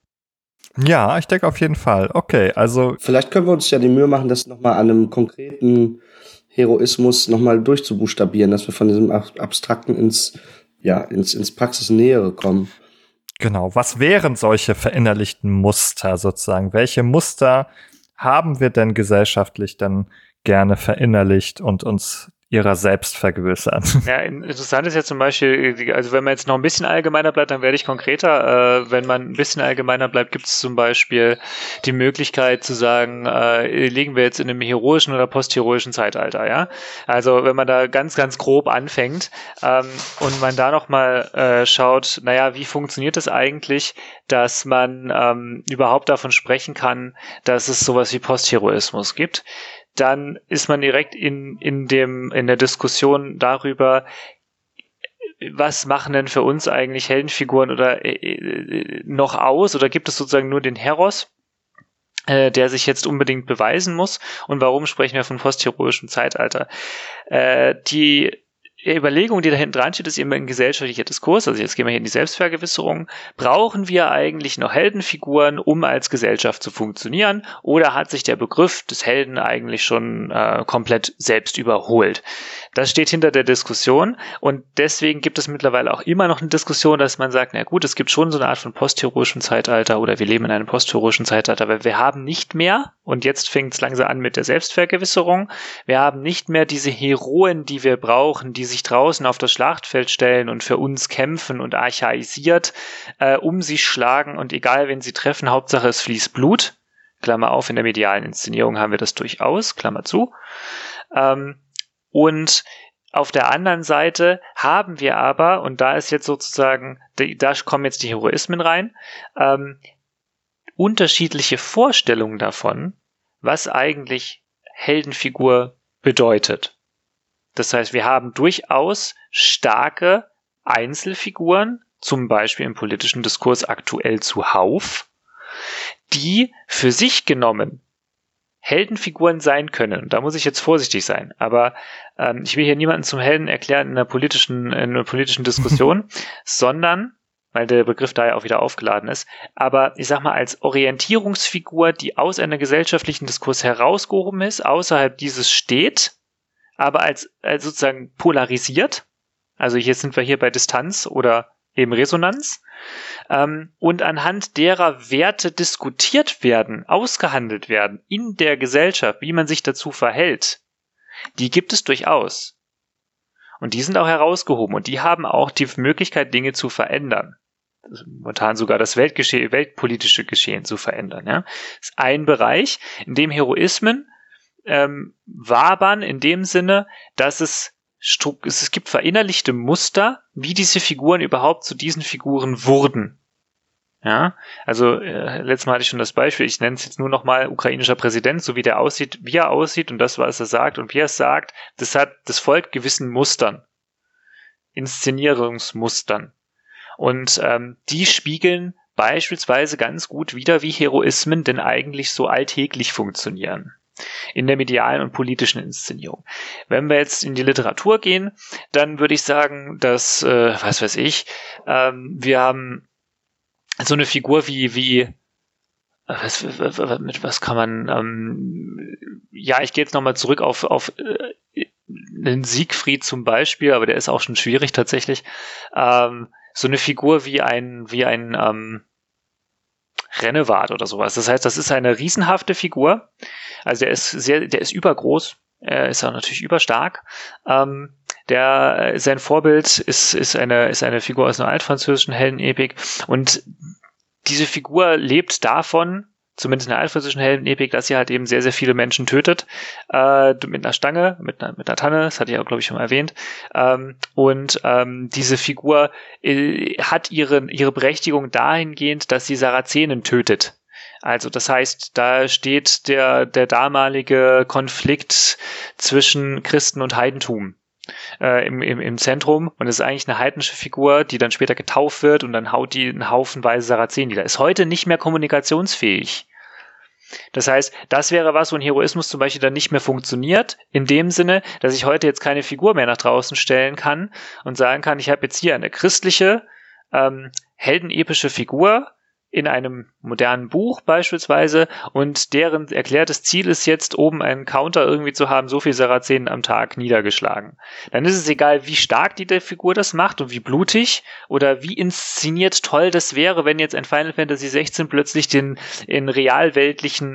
Ja, ich denke auf jeden Fall. Okay, also vielleicht können wir uns ja die Mühe machen, das nochmal an einem konkreten Heroismus nochmal durchzubuchstabieren, dass wir von diesem Abstrakten ins Praxisnähere kommen. Genau, was wären solche verinnerlichten Muster sozusagen? Welche Muster haben wir denn gesellschaftlich dann gerne verinnerlicht und uns ihrer selbst vergewissern? Ja, interessant ist ja zum Beispiel, also wenn man jetzt noch ein bisschen allgemeiner bleibt, dann werde ich konkreter. Wenn man ein bisschen allgemeiner bleibt, gibt es zum Beispiel die Möglichkeit zu sagen, liegen wir jetzt in einem heroischen oder postheroischen Zeitalter, ja? Also wenn man da ganz, ganz grob anfängt und man da nochmal schaut, naja, wie funktioniert das eigentlich, dass man überhaupt davon sprechen kann, dass es sowas wie Postheroismus gibt, dann ist man direkt in der Diskussion darüber, was machen denn für uns eigentlich Heldenfiguren oder noch aus, oder gibt es sozusagen nur den Heros, der sich jetzt unbedingt beweisen muss, und warum sprechen wir von postheroischem Zeitalter? Die Überlegung, die da hinten dran steht, ist immer ein gesellschaftlicher Diskurs, also jetzt gehen wir hier in die Selbstvergewisserung. Brauchen wir eigentlich noch Heldenfiguren, um als Gesellschaft zu funktionieren, oder hat sich der Begriff des Helden eigentlich schon komplett selbst überholt? Das steht hinter der Diskussion, und deswegen gibt es mittlerweile auch immer noch eine Diskussion, dass man sagt, na gut, es gibt schon so eine Art von postheroischem Zeitalter, oder wir leben in einem postheroischen Zeitalter, weil wir haben nicht mehr, und jetzt fängt es langsam an mit der Selbstvergewisserung, wir haben nicht mehr diese Heroen, die wir brauchen, die sich draußen auf das Schlachtfeld stellen und für uns kämpfen und archaisiert um sich schlagen, und egal wen sie treffen, Hauptsache es fließt Blut, Klammer auf, in der medialen Inszenierung haben wir das durchaus, Klammer zu. Und auf der anderen Seite haben wir aber, und da ist jetzt sozusagen, da kommen jetzt die Heroismen rein, unterschiedliche Vorstellungen davon, was eigentlich Heldenfigur bedeutet. Das heißt, wir haben durchaus starke Einzelfiguren, zum Beispiel im politischen Diskurs aktuell zuhauf, die für sich genommen Heldenfiguren sein können. Und da muss ich jetzt vorsichtig sein. Aber ich will hier niemanden zum Helden erklären in einer politischen Diskussion, sondern, weil der Begriff da ja auch wieder aufgeladen ist, aber ich sag mal, als Orientierungsfigur, die aus einem gesellschaftlichen Diskurs herausgehoben ist, außerhalb dieses steht, aber als sozusagen polarisiert. Also hier sind wir hier bei Distanz oder eben Resonanz. Und anhand derer Werte diskutiert werden, ausgehandelt werden in der Gesellschaft, wie man sich dazu verhält, die gibt es durchaus. Und die sind auch herausgehoben, und die haben auch die Möglichkeit, Dinge zu verändern. Momentan sogar das weltpolitische Geschehen zu verändern. Ja? Das ist ein Bereich, in dem Heroismen wabern in dem Sinne, dass es gibt verinnerlichte Muster, wie diese Figuren überhaupt zu diesen Figuren wurden. Ja, also letztes Mal hatte ich schon das Beispiel, ich nenne es jetzt nur nochmal ukrainischer Präsident, so wie der aussieht, wie er aussieht und das, was er sagt und wie er es sagt, das folgt gewissen Mustern, Inszenierungsmustern. Und die spiegeln beispielsweise ganz gut wider, wie Heroismen denn eigentlich so alltäglich funktionieren. In der medialen und politischen Inszenierung. Wenn wir jetzt in die Literatur gehen, dann würde ich sagen, dass, wir haben so eine Figur mit was kann man, ich gehe jetzt nochmal zurück auf einen Siegfried zum Beispiel, aber der ist auch schon schwierig tatsächlich, so eine Figur wie ein Rennewart oder sowas. Das heißt, das ist eine riesenhafte Figur. Also der ist übergroß. Er ist auch natürlich überstark. Sein Vorbild ist eine Figur aus einer altfranzösischen Heldenepik. Und diese Figur lebt davon, zumindest in der altphysischen Heldenepik, dass sie halt eben sehr, sehr viele Menschen tötet, mit einer Stange, mit einer Tanne, das hatte ich auch, glaube ich, schon mal erwähnt. Diese Figur hat ihre Berechtigung dahingehend, dass sie Sarazenen tötet. Also das heißt, da steht der damalige Konflikt zwischen Christen und Heidentum im Zentrum, und es ist eigentlich eine heidnische Figur, die dann später getauft wird und dann haut die einen Haufenweise Sarazenen nieder. Ist heute nicht mehr kommunikationsfähig. Das heißt, das wäre was, wo ein Heroismus zum Beispiel dann nicht mehr funktioniert, in dem Sinne, dass ich heute jetzt keine Figur mehr nach draußen stellen kann und sagen kann, ich habe jetzt hier eine christliche, heldenepische Figur in einem modernen Buch beispielsweise, und deren erklärtes Ziel ist jetzt, oben einen Counter irgendwie zu haben, so viel Sarazenen am Tag niedergeschlagen. Dann ist es egal, wie stark die Figur das macht und wie blutig oder wie inszeniert toll das wäre, wenn jetzt ein Final Fantasy 16 plötzlich einen realweltlichen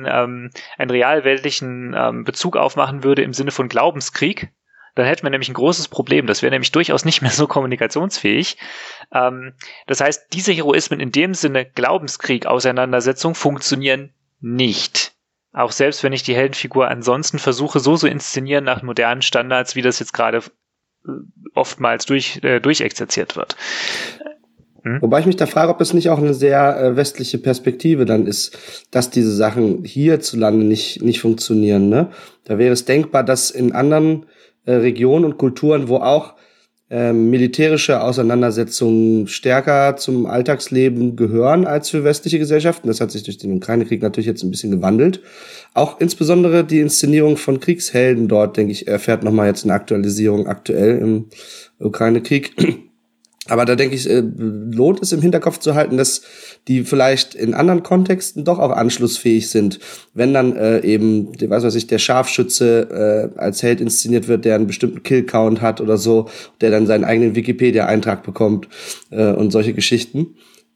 Bezug aufmachen würde im Sinne von Glaubenskrieg. Dann hätten wir nämlich ein großes Problem. Das wäre nämlich durchaus nicht mehr so kommunikationsfähig. Das heißt, diese Heroismen in dem Sinne Glaubenskrieg, Auseinandersetzung funktionieren nicht. Auch selbst wenn ich die Heldenfigur ansonsten versuche, so inszenieren nach modernen Standards, wie das jetzt gerade oftmals durchexerziert wird. Wobei ich mich da frage, ob es nicht auch eine sehr westliche Perspektive dann ist, dass diese Sachen hierzulande nicht funktionieren. Ne? Da wäre es denkbar, dass in anderen Regionen und Kulturen, wo auch militärische Auseinandersetzungen stärker zum Alltagsleben gehören als für westliche Gesellschaften. Das hat sich durch den Ukraine-Krieg natürlich jetzt ein bisschen gewandelt. Auch insbesondere die Inszenierung von Kriegshelden dort, denke ich, erfährt nochmal jetzt eine Aktualisierung aktuell im Ukraine-Krieg. Aber da denke ich, lohnt es im Hinterkopf zu halten, dass die vielleicht in anderen Kontexten doch auch anschlussfähig sind. Wenn dann eben, der Scharfschütze als Held inszeniert wird, der einen bestimmten Kill-Count hat oder so, der dann seinen eigenen Wikipedia-Eintrag bekommt und solche Geschichten.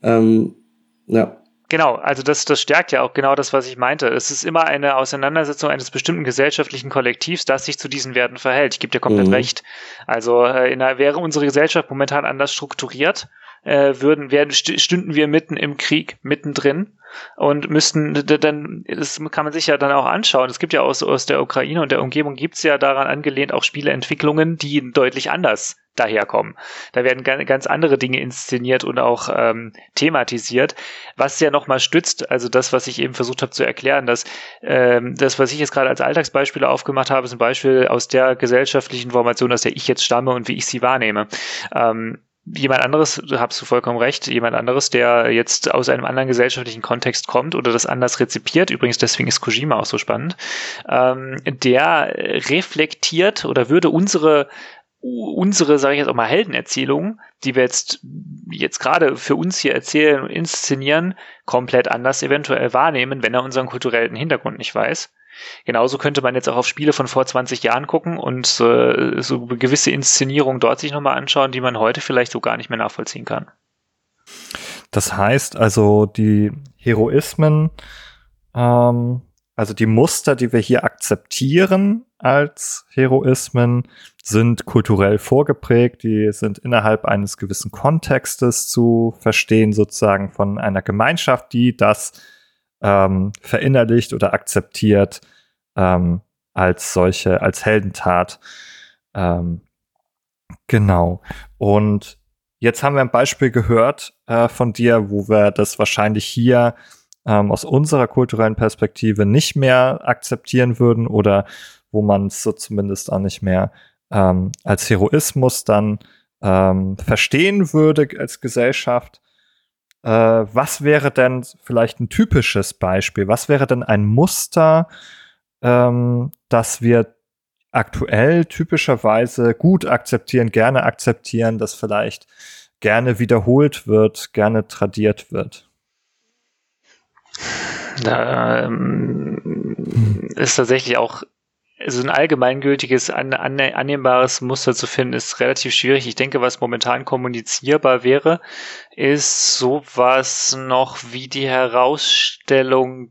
Ja. Genau, also das stärkt ja auch genau das, was ich meinte. Es ist immer eine Auseinandersetzung eines bestmmten gesellschaftlichen Kollektivs, das sich zu diesen Werten verhält. Ich gebe dir komplett recht. Also wäre unsere Gesellschaft momentan anders strukturiert, stünden wir mitten im Krieg, mittendrin, und müssten dann, das kann man sich ja dann auch anschauen. Es gibt ja aus der Ukraine und der Umgebung gibt's ja daran angelehnt auch Spieleentwicklungen, die deutlich anders daherkommen. Da werden ganz andere Dinge inszeniert und auch thematisiert, was ja nochmal stützt, also das, was ich eben versucht habe zu erklären, dass das, was ich jetzt gerade als Alltagsbeispiele aufgemacht habe, ist ein Beispiel aus der gesellschaftlichen Formation, aus der ich jetzt stamme und wie ich sie wahrnehme. Jemand anderes, da hast du vollkommen recht, jemand anderes, der jetzt aus einem anderen gesellschaftlichen Kontext kommt oder das anders rezipiert, übrigens deswegen ist Kojima auch so spannend, der reflektiert oder würde unsere, sage ich jetzt auch mal, Heldenerzählungen, die wir jetzt gerade für uns hier erzählen und inszenieren, komplett anders eventuell wahrnehmen, wenn er unseren kulturellen Hintergrund nicht weiß. Genauso könnte man jetzt auch auf Spiele von vor 20 Jahren gucken und so gewisse Inszenierungen dort sich nochmal anschauen, die man heute vielleicht so gar nicht mehr nachvollziehen kann. Das heißt also, die Heroismen, also die Muster, die wir hier akzeptieren als Heroismen, sind kulturell vorgeprägt, die sind innerhalb eines gewissen Kontextes zu verstehen, sozusagen von einer Gemeinschaft, die das verinnerlicht oder akzeptiert als solche, als Heldentat. Genau. Und jetzt haben wir ein Beispiel gehört von dir, wo wir das wahrscheinlich hier aus unserer kulturellen Perspektive nicht mehr akzeptieren würden oder wo man es so zumindest auch nicht mehr als Heroismus dann verstehen würde als Gesellschaft. Was wäre denn vielleicht ein typisches Beispiel? Was wäre denn ein Muster, das wir aktuell typischerweise gut akzeptieren, gerne akzeptieren, das vielleicht gerne wiederholt wird, gerne tradiert wird? Da ist tatsächlich auch so ein allgemeingültiges, annehmbares Muster zu finden, ist relativ schwierig. Ich denke, was momentan kommunizierbar wäre, ist sowas noch wie die Herausstellung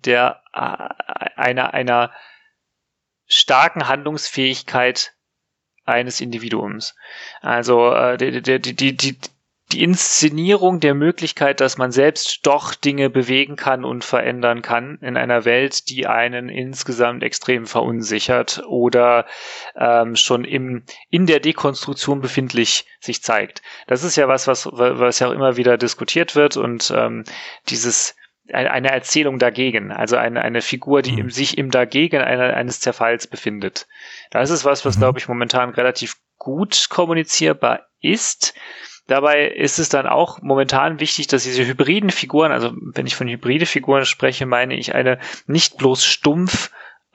einer starken Handlungsfähigkeit eines Individuums. Also die Inszenierung der Möglichkeit, dass man selbst doch Dinge bewegen kann und verändern kann in einer Welt, die einen insgesamt extrem verunsichert oder schon in der Dekonstruktion befindlich sich zeigt. Das ist ja was ja auch immer wieder diskutiert wird und eine Erzählung dagegen, also eine Figur, die sich im Dagegen eines Zerfalls befindet. Das ist was glaube ich momentan relativ gut kommunizierbar ist. Dabei ist es dann auch momentan wichtig, dass diese hybriden Figuren, also wenn ich von hybride Figuren spreche, meine ich eine nicht bloß stumpf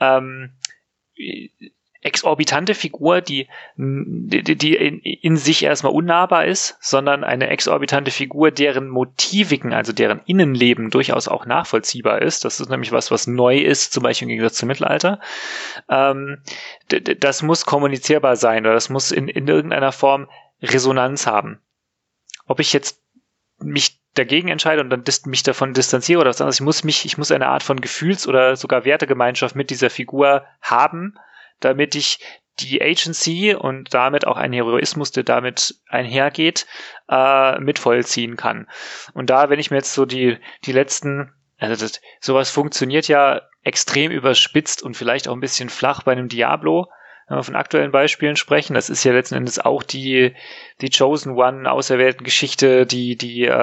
exorbitante Figur, die in sich erstmal unnahbar ist, sondern eine exorbitante Figur, deren Motiviken, also deren Innenleben durchaus auch nachvollziehbar ist. Das ist nämlich was neu ist, zum Beispiel im Gegensatz zum Mittelalter. Das muss kommunizierbar sein oder das muss in irgendeiner Form Resonanz haben. Ob ich jetzt mich dagegen entscheide und dann mich davon distanziere oder was anderes, ich muss eine Art von Gefühls- oder sogar Wertegemeinschaft mit dieser Figur haben, damit ich die Agency und damit auch einen Heroismus, der damit einhergeht, mit vollziehen kann. Und da, wenn ich mir jetzt so die letzten, sowas funktioniert ja extrem überspitzt und vielleicht auch ein bisschen flach bei einem Diablo, wenn wir von aktuellen Beispielen sprechen. Das ist ja letzten Endes auch die Chosen One auserwählten Geschichte, die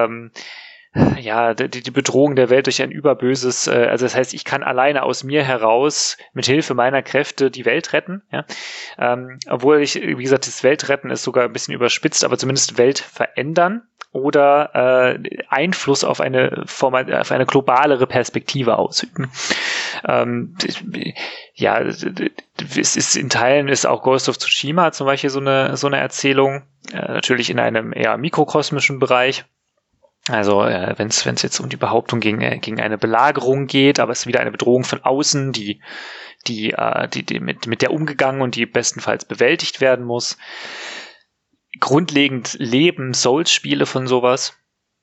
Bedrohung der Welt durch ein Überböses, also das heißt, ich kann alleine aus mir heraus mit Hilfe meiner Kräfte die Welt retten, ja. Obwohl wie gesagt, das Weltretten ist sogar ein bisschen überspitzt, aber zumindest Welt verändern oder Einfluss auf eine globalere Perspektive ausüben. Es ist in Teilen ist auch Ghost of Tsushima zum Beispiel so eine Erzählung, natürlich in einem eher mikrokosmischen Bereich. Also wenn es jetzt um die Behauptung gegen eine Belagerung geht, aber es ist wieder eine Bedrohung von außen, die mit der umgegangen und die bestenfalls bewältigt werden muss. Grundlegend leben Souls-Spiele von sowas.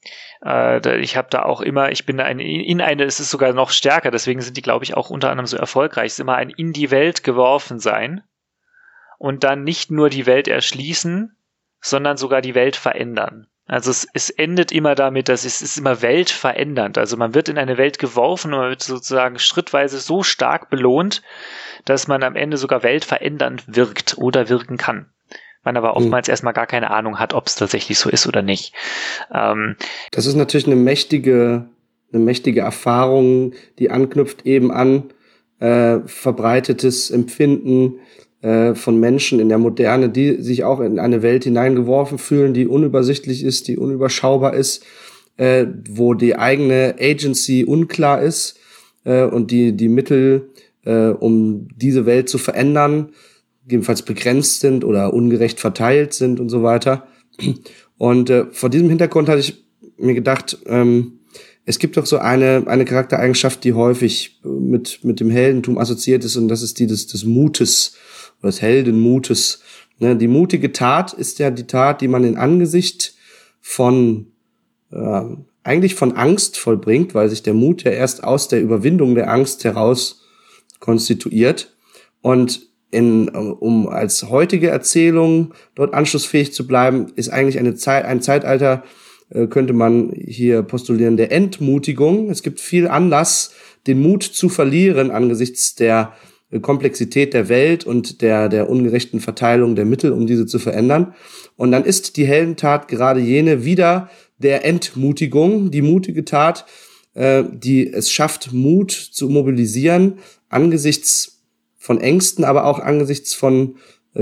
Ich habe da auch immer, es ist sogar noch stärker, deswegen sind die, glaube ich, auch unter anderem so erfolgreich, es ist immer ein in die Welt geworfen sein und dann nicht nur die Welt erschließen, sondern sogar die Welt verändern. Also es endet immer damit, dass es ist immer weltverändernd. Also man wird in eine Welt geworfen und man wird sozusagen schrittweise so stark belohnt, dass man am Ende sogar weltverändernd wirkt oder wirken kann. Man aber oftmals erstmal gar keine Ahnung hat, ob es tatsächlich so ist oder nicht. Das ist natürlich eine mächtige Erfahrung, die anknüpft eben an verbreitetes Empfinden von Menschen in der Moderne, die sich auch in eine Welt hineingeworfen fühlen, die unübersichtlich ist, die unüberschaubar ist, wo die eigene Agency unklar ist und die Mittel, um diese Welt zu verändern, gegebenenfalls begrenzt sind oder ungerecht verteilt sind und so weiter. Und vor diesem Hintergrund hatte ich mir gedacht, es gibt doch so eine Charaktereigenschaft, die häufig mit dem Heldentum assoziiert ist, und das ist die des Mutes oder des Heldenmutes. Ne, die mutige Tat ist ja die Tat, die man in Angesicht von eigentlich von Angst vollbringt, weil sich der Mut ja erst aus der Überwindung der Angst heraus konstituiert. Und um als heutige Erzählung dort anschlussfähig zu bleiben, ist eigentlich ein Zeitalter, könnte man hier postulieren, der Entmutigung. Es gibt viel Anlass, den Mut zu verlieren angesichts der Komplexität der Welt und der ungerechten Verteilung der Mittel, um diese zu verändern. Und dann ist die Heldentat gerade jene wieder der Entmutigung, die mutige Tat, die es schafft, Mut zu mobilisieren angesichts von Ängsten, aber auch angesichts von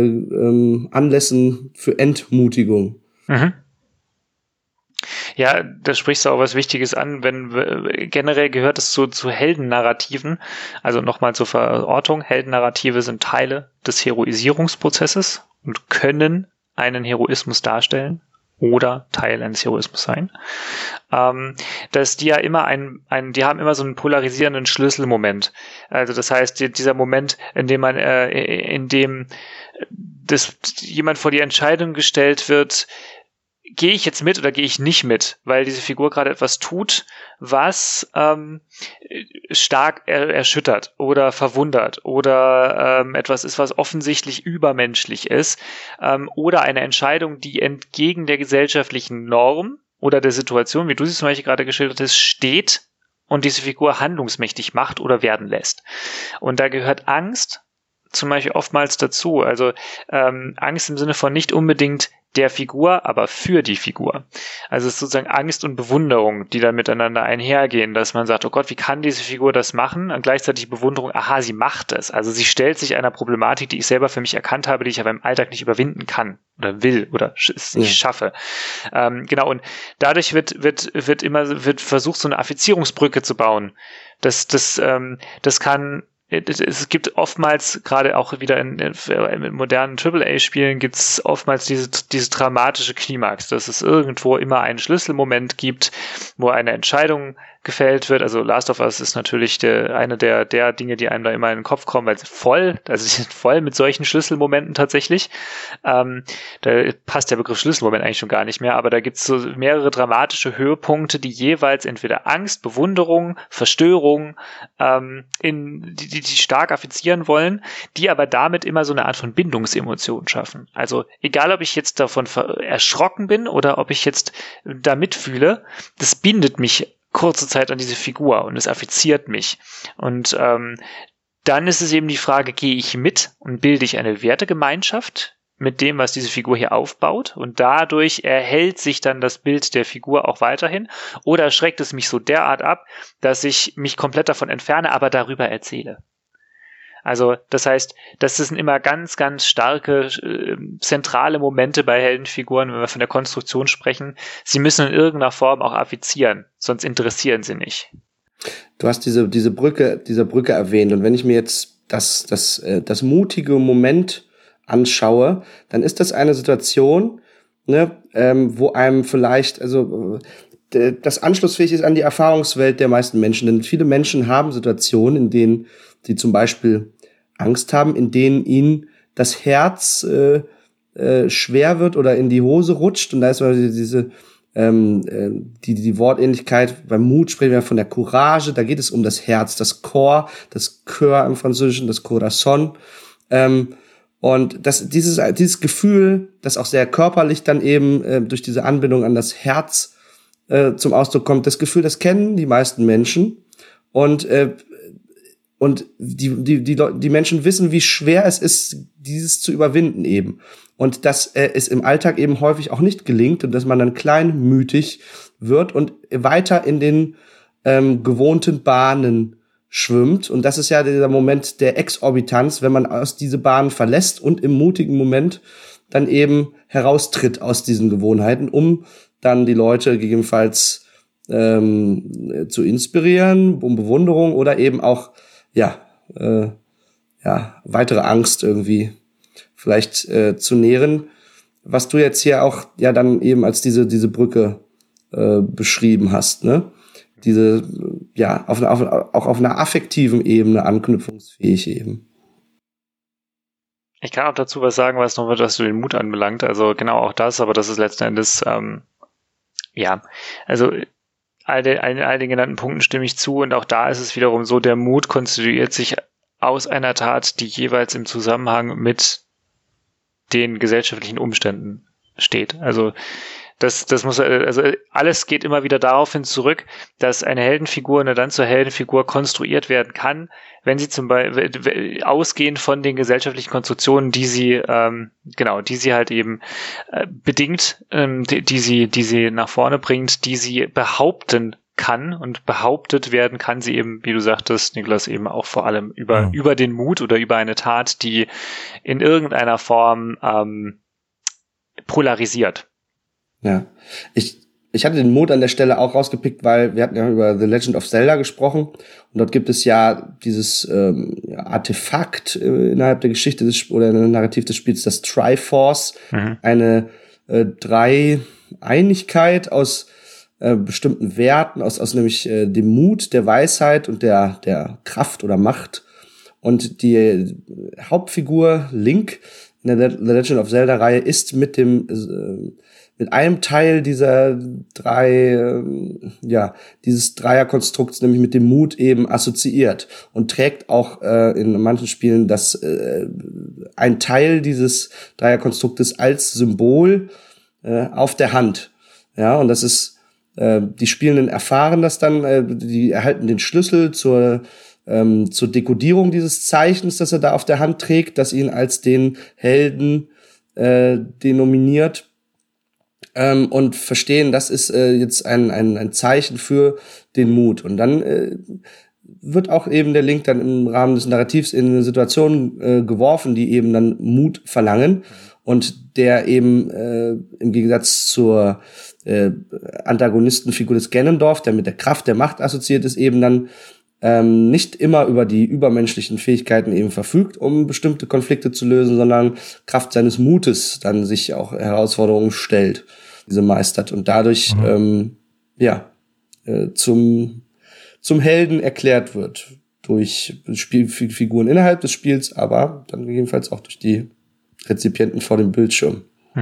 Anlässen für Entmutigung. Mhm. Ja, da sprichst du auch was Wichtiges an, generell gehört es zu Heldennarrativen, also nochmal zur Verortung, Heldennarrative sind Teile des Heroisierungsprozesses und können einen Heroismus darstellen oder Teil eines Heroismus sein. Dass die ja immer die haben immer so einen polarisierenden Schlüsselmoment. Also das heißt, dieser Moment, in dem jemand vor die Entscheidung gestellt wird, gehe ich jetzt mit oder gehe ich nicht mit, weil diese Figur gerade etwas tut, was stark erschüttert oder verwundert oder etwas ist, was offensichtlich übermenschlich ist, oder eine Entscheidung, die entgegen der gesellschaftlichen Norm oder der Situation, wie du sie zum Beispiel gerade geschildert hast, steht und diese Figur handlungsmächtig macht oder werden lässt. Und da gehört Angst zum Beispiel oftmals dazu. Also Angst im Sinne von nicht unbedingt der Figur, aber für die Figur. Also es ist sozusagen Angst und Bewunderung, die dann miteinander einhergehen, dass man sagt, oh Gott, wie kann diese Figur das machen? Und gleichzeitig Bewunderung, aha, sie macht es. Also sie stellt sich einer Problematik, die ich selber für mich erkannt habe, die ich aber im Alltag nicht überwinden kann oder will oder es nicht schaffe. Genau, und dadurch wird versucht, so eine Affizierungsbrücke zu bauen. Das kann. Es gibt oftmals, gerade auch wieder in modernen AAA-Spielen, gibt es oftmals diese dramatische Klimax, dass es irgendwo immer einen Schlüsselmoment gibt, wo eine Entscheidung gefällt wird. Also Last of Us ist natürlich eine der Dinge, die einem da immer in den Kopf kommen, weil sie sind voll mit solchen Schlüsselmomenten tatsächlich. Da passt der Begriff Schlüsselmoment eigentlich schon gar nicht mehr, aber da gibt es so mehrere dramatische Höhepunkte, die jeweils entweder Angst, Bewunderung, Verstörung, die stark affizieren wollen, die aber damit immer so eine Art von Bindungsemotion schaffen. Also egal, ob ich jetzt davon erschrocken bin oder ob ich jetzt da mitfühle, das bindet mich kurze Zeit an diese Figur und es affiziert mich. Und dann ist es eben die Frage, gehe ich mit und bilde ich eine Wertegemeinschaft mit dem, was diese Figur hier aufbaut und dadurch erhält sich dann das Bild der Figur auch weiterhin oder schreckt es mich so derart ab, dass ich mich komplett davon entferne, aber darüber erzähle. Also das heißt, das sind immer ganz, ganz starke zentrale Momente bei Heldenfiguren, wenn wir von der Konstruktion sprechen. Sie müssen in irgendeiner Form auch affizieren, sonst interessieren sie nicht. Du hast diese Brücke erwähnt und wenn ich mir jetzt das mutige Moment anschaue, dann ist das eine Situation, ne, wo einem vielleicht, also das anschlussfähig ist an die Erfahrungswelt der meisten Menschen. Denn viele Menschen haben Situationen, in denen sie zum Beispiel Angst haben, in denen ihnen das Herz schwer wird oder in die Hose rutscht. Und da ist diese die Wortähnlichkeit, beim Mut sprechen wir von der Courage, da geht es um das Herz, das Corps, das Cœur im Französischen, das Corazon. Und dieses Gefühl, das auch sehr körperlich dann eben durch diese Anbindung an das Herz zum Ausdruck kommt, das Gefühl, das kennen die meisten Menschen. Und die Menschen wissen, wie schwer es ist, dieses zu überwinden eben. Und dass es im Alltag eben häufig auch nicht gelingt und dass man dann kleinmütig wird und weiter in den gewohnten Bahnen schwimmt. Und das ist ja dieser Moment der Exorbitanz, wenn man aus diese Bahnen verlässt und im mutigen Moment dann eben heraustritt aus diesen Gewohnheiten, um dann die Leute gegebenenfalls zu inspirieren, um Bewunderung oder eben auch weitere Angst irgendwie vielleicht zu nähren, was du jetzt hier auch ja dann eben als diese Brücke beschrieben hast, ne? Diese auch auf einer affektiven Ebene anknüpfungsfähig eben. Ich kann auch dazu was sagen, was du den Mut anbelangt. Also genau auch das, aber das ist letzten Endes also all den genannten Punkten stimme ich zu und auch da ist es wiederum so, der Mut konstituiert sich aus einer Tat, die jeweils im Zusammenhang mit den gesellschaftlichen Umständen steht. Also das muss, also alles geht immer wieder darauf hin zurück, dass eine Heldenfigur nur dann zur Heldenfigur konstruiert werden kann, wenn sie zum Beispiel ausgehend von den gesellschaftlichen Konstruktionen, die sie halt eben bedingt, die sie nach vorne bringt, die sie behaupten kann und behauptet werden kann sie eben, wie du sagtest, Niklas, eben auch vor allem über den Mut oder über eine Tat, die in irgendeiner Form polarisiert. Ja, ich hatte den Mut an der Stelle auch rausgepickt, weil wir hatten ja über The Legend of Zelda gesprochen und dort gibt es ja dieses Artefakt innerhalb der Geschichte oder im Narrativ des Spiels, das Triforce, eine Dreieinigkeit aus bestimmten Werten, aus nämlich dem Mut, der Weisheit und der Kraft oder Macht. Und die Hauptfigur Link in in der The Legend of Zelda-Reihe ist mit einem Teil dieser dieses Dreierkonstrukts, nämlich mit dem Mut eben assoziiert und trägt auch in manchen Spielen ein Teil dieses Dreierkonstruktes als Symbol auf der Hand. Ja, und das ist die Spielenden erfahren das dann, die erhalten den Schlüssel zur Dekodierung dieses Zeichens, das er da auf der Hand trägt, das ihn als den Helden denominiert, und verstehen, das ist jetzt ein Zeichen für den Mut. Und dann wird auch eben der Link dann im Rahmen des Narrativs in eine Situation geworfen, die eben dann Mut verlangen und der eben im Gegensatz zur Antagonistenfigur des Ganondorf, der mit der Kraft der Macht assoziiert ist, eben dann nicht immer über die übermenschlichen Fähigkeiten eben verfügt, um bestimmte Konflikte zu lösen, sondern Kraft seines Mutes dann sich auch Herausforderungen stellt, diese meistert und dadurch zum Helden erklärt wird durch Spielfiguren innerhalb des Spiels, aber dann gegebenenfalls auch durch die Rezipienten vor dem Bildschirm.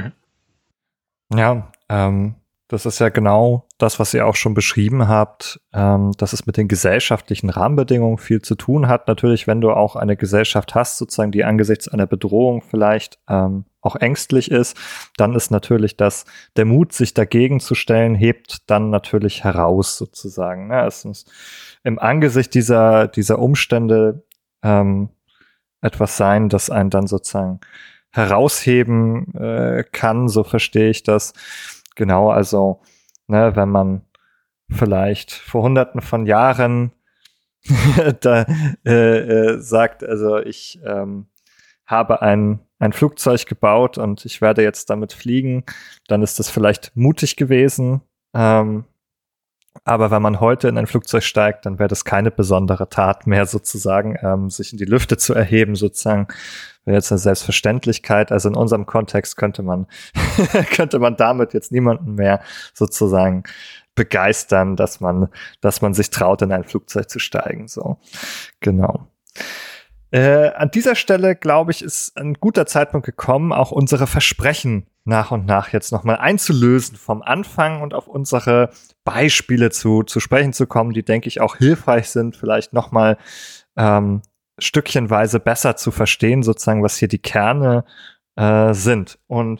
Ja, das ist ja genau das, was ihr auch schon beschrieben habt, dass es mit den gesellschaftlichen Rahmenbedingungen viel zu tun hat. Natürlich, wenn du auch eine Gesellschaft hast, sozusagen, die angesichts einer Bedrohung vielleicht auch ängstlich ist, dann ist natürlich der Mut, sich dagegen zu stellen, hebt dann natürlich heraus sozusagen. Ne? Es muss im Angesicht dieser Umstände etwas sein, das einen dann sozusagen herausheben kann, so verstehe ich das. Genau, also, ne, wenn man vielleicht vor Hunderten von Jahren da sagt, also ich habe ein Flugzeug gebaut und ich werde jetzt damit fliegen, dann ist das vielleicht mutig gewesen. Aber wenn man heute in ein Flugzeug steigt, dann wäre das keine besondere Tat mehr sozusagen, sich in die Lüfte zu erheben sozusagen. Wäre jetzt eine Selbstverständlichkeit. Also in unserem Kontext könnte man damit jetzt niemanden mehr sozusagen begeistern, dass man sich traut, in ein Flugzeug zu steigen. So, genau. An dieser Stelle, glaube ich, ist ein guter Zeitpunkt gekommen, auch unsere Versprechen nach und nach jetzt nochmal einzulösen vom Anfang und auf unsere Beispiele zu sprechen zu kommen, die, denke ich, auch hilfreich sind, vielleicht nochmal stückchenweise besser zu verstehen, sozusagen, was hier die Kerne sind. Und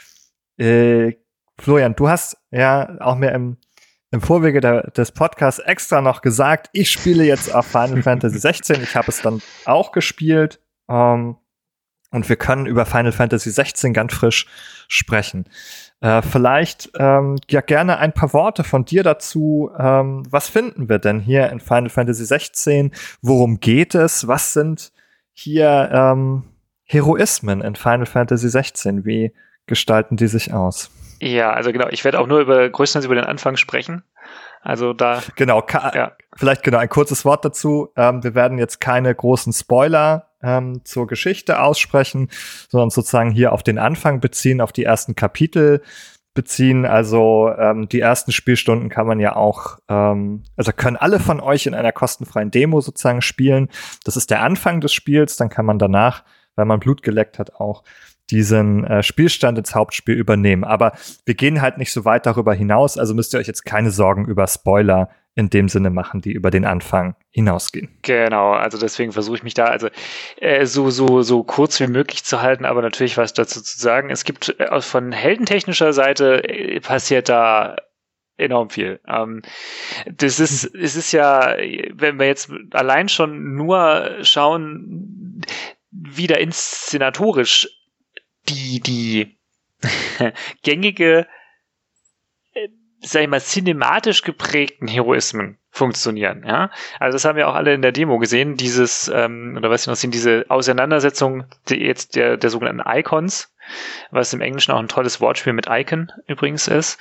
Florian, du hast ja auch mir im Vorwege des Podcasts extra noch gesagt, ich spiele jetzt auf Final Fantasy 16. Ich habe es dann auch gespielt. Und wir können über Final Fantasy 16 ganz frisch sprechen. Vielleicht gerne ein paar Worte von dir dazu. Was finden wir denn hier in Final Fantasy 16? Worum geht es? Was sind hier Heroismen in Final Fantasy 16? Wie gestalten die sich aus? Ja, also genau, ich werde auch nur größtenteils über den Anfang sprechen. Also da. Genau, vielleicht ein kurzes Wort dazu. Wir werden jetzt keine großen Spoiler zur Geschichte aussprechen, sondern sozusagen hier auf den Anfang beziehen, auf die ersten Kapitel beziehen. Also die ersten Spielstunden kann man ja auch, also können alle von euch in einer kostenfreien Demo sozusagen spielen. Das ist der Anfang des Spiels, dann kann man danach, wenn man Blut geleckt hat, auch diesen Spielstand ins Hauptspiel übernehmen. Aber wir gehen halt nicht so weit darüber hinaus, also müsst ihr euch jetzt keine Sorgen über Spoiler in dem Sinne machen, die über den Anfang hinausgehen. Genau, also deswegen versuche ich mich da so kurz wie möglich zu halten, aber natürlich was dazu zu sagen. Es gibt von heldentechnischer Seite passiert da enorm viel. Es ist ja, wenn wir jetzt allein schon nur schauen, wie da inszenatorisch die gängige, sag ich mal, cinematisch geprägten Heroismen funktionieren, ja. Also das haben wir auch alle in der Demo gesehen, dieses, oder was ich noch sehen, diese Auseinandersetzung der sogenannten Icons, was im Englischen auch ein tolles Wortspiel mit Icon übrigens ist,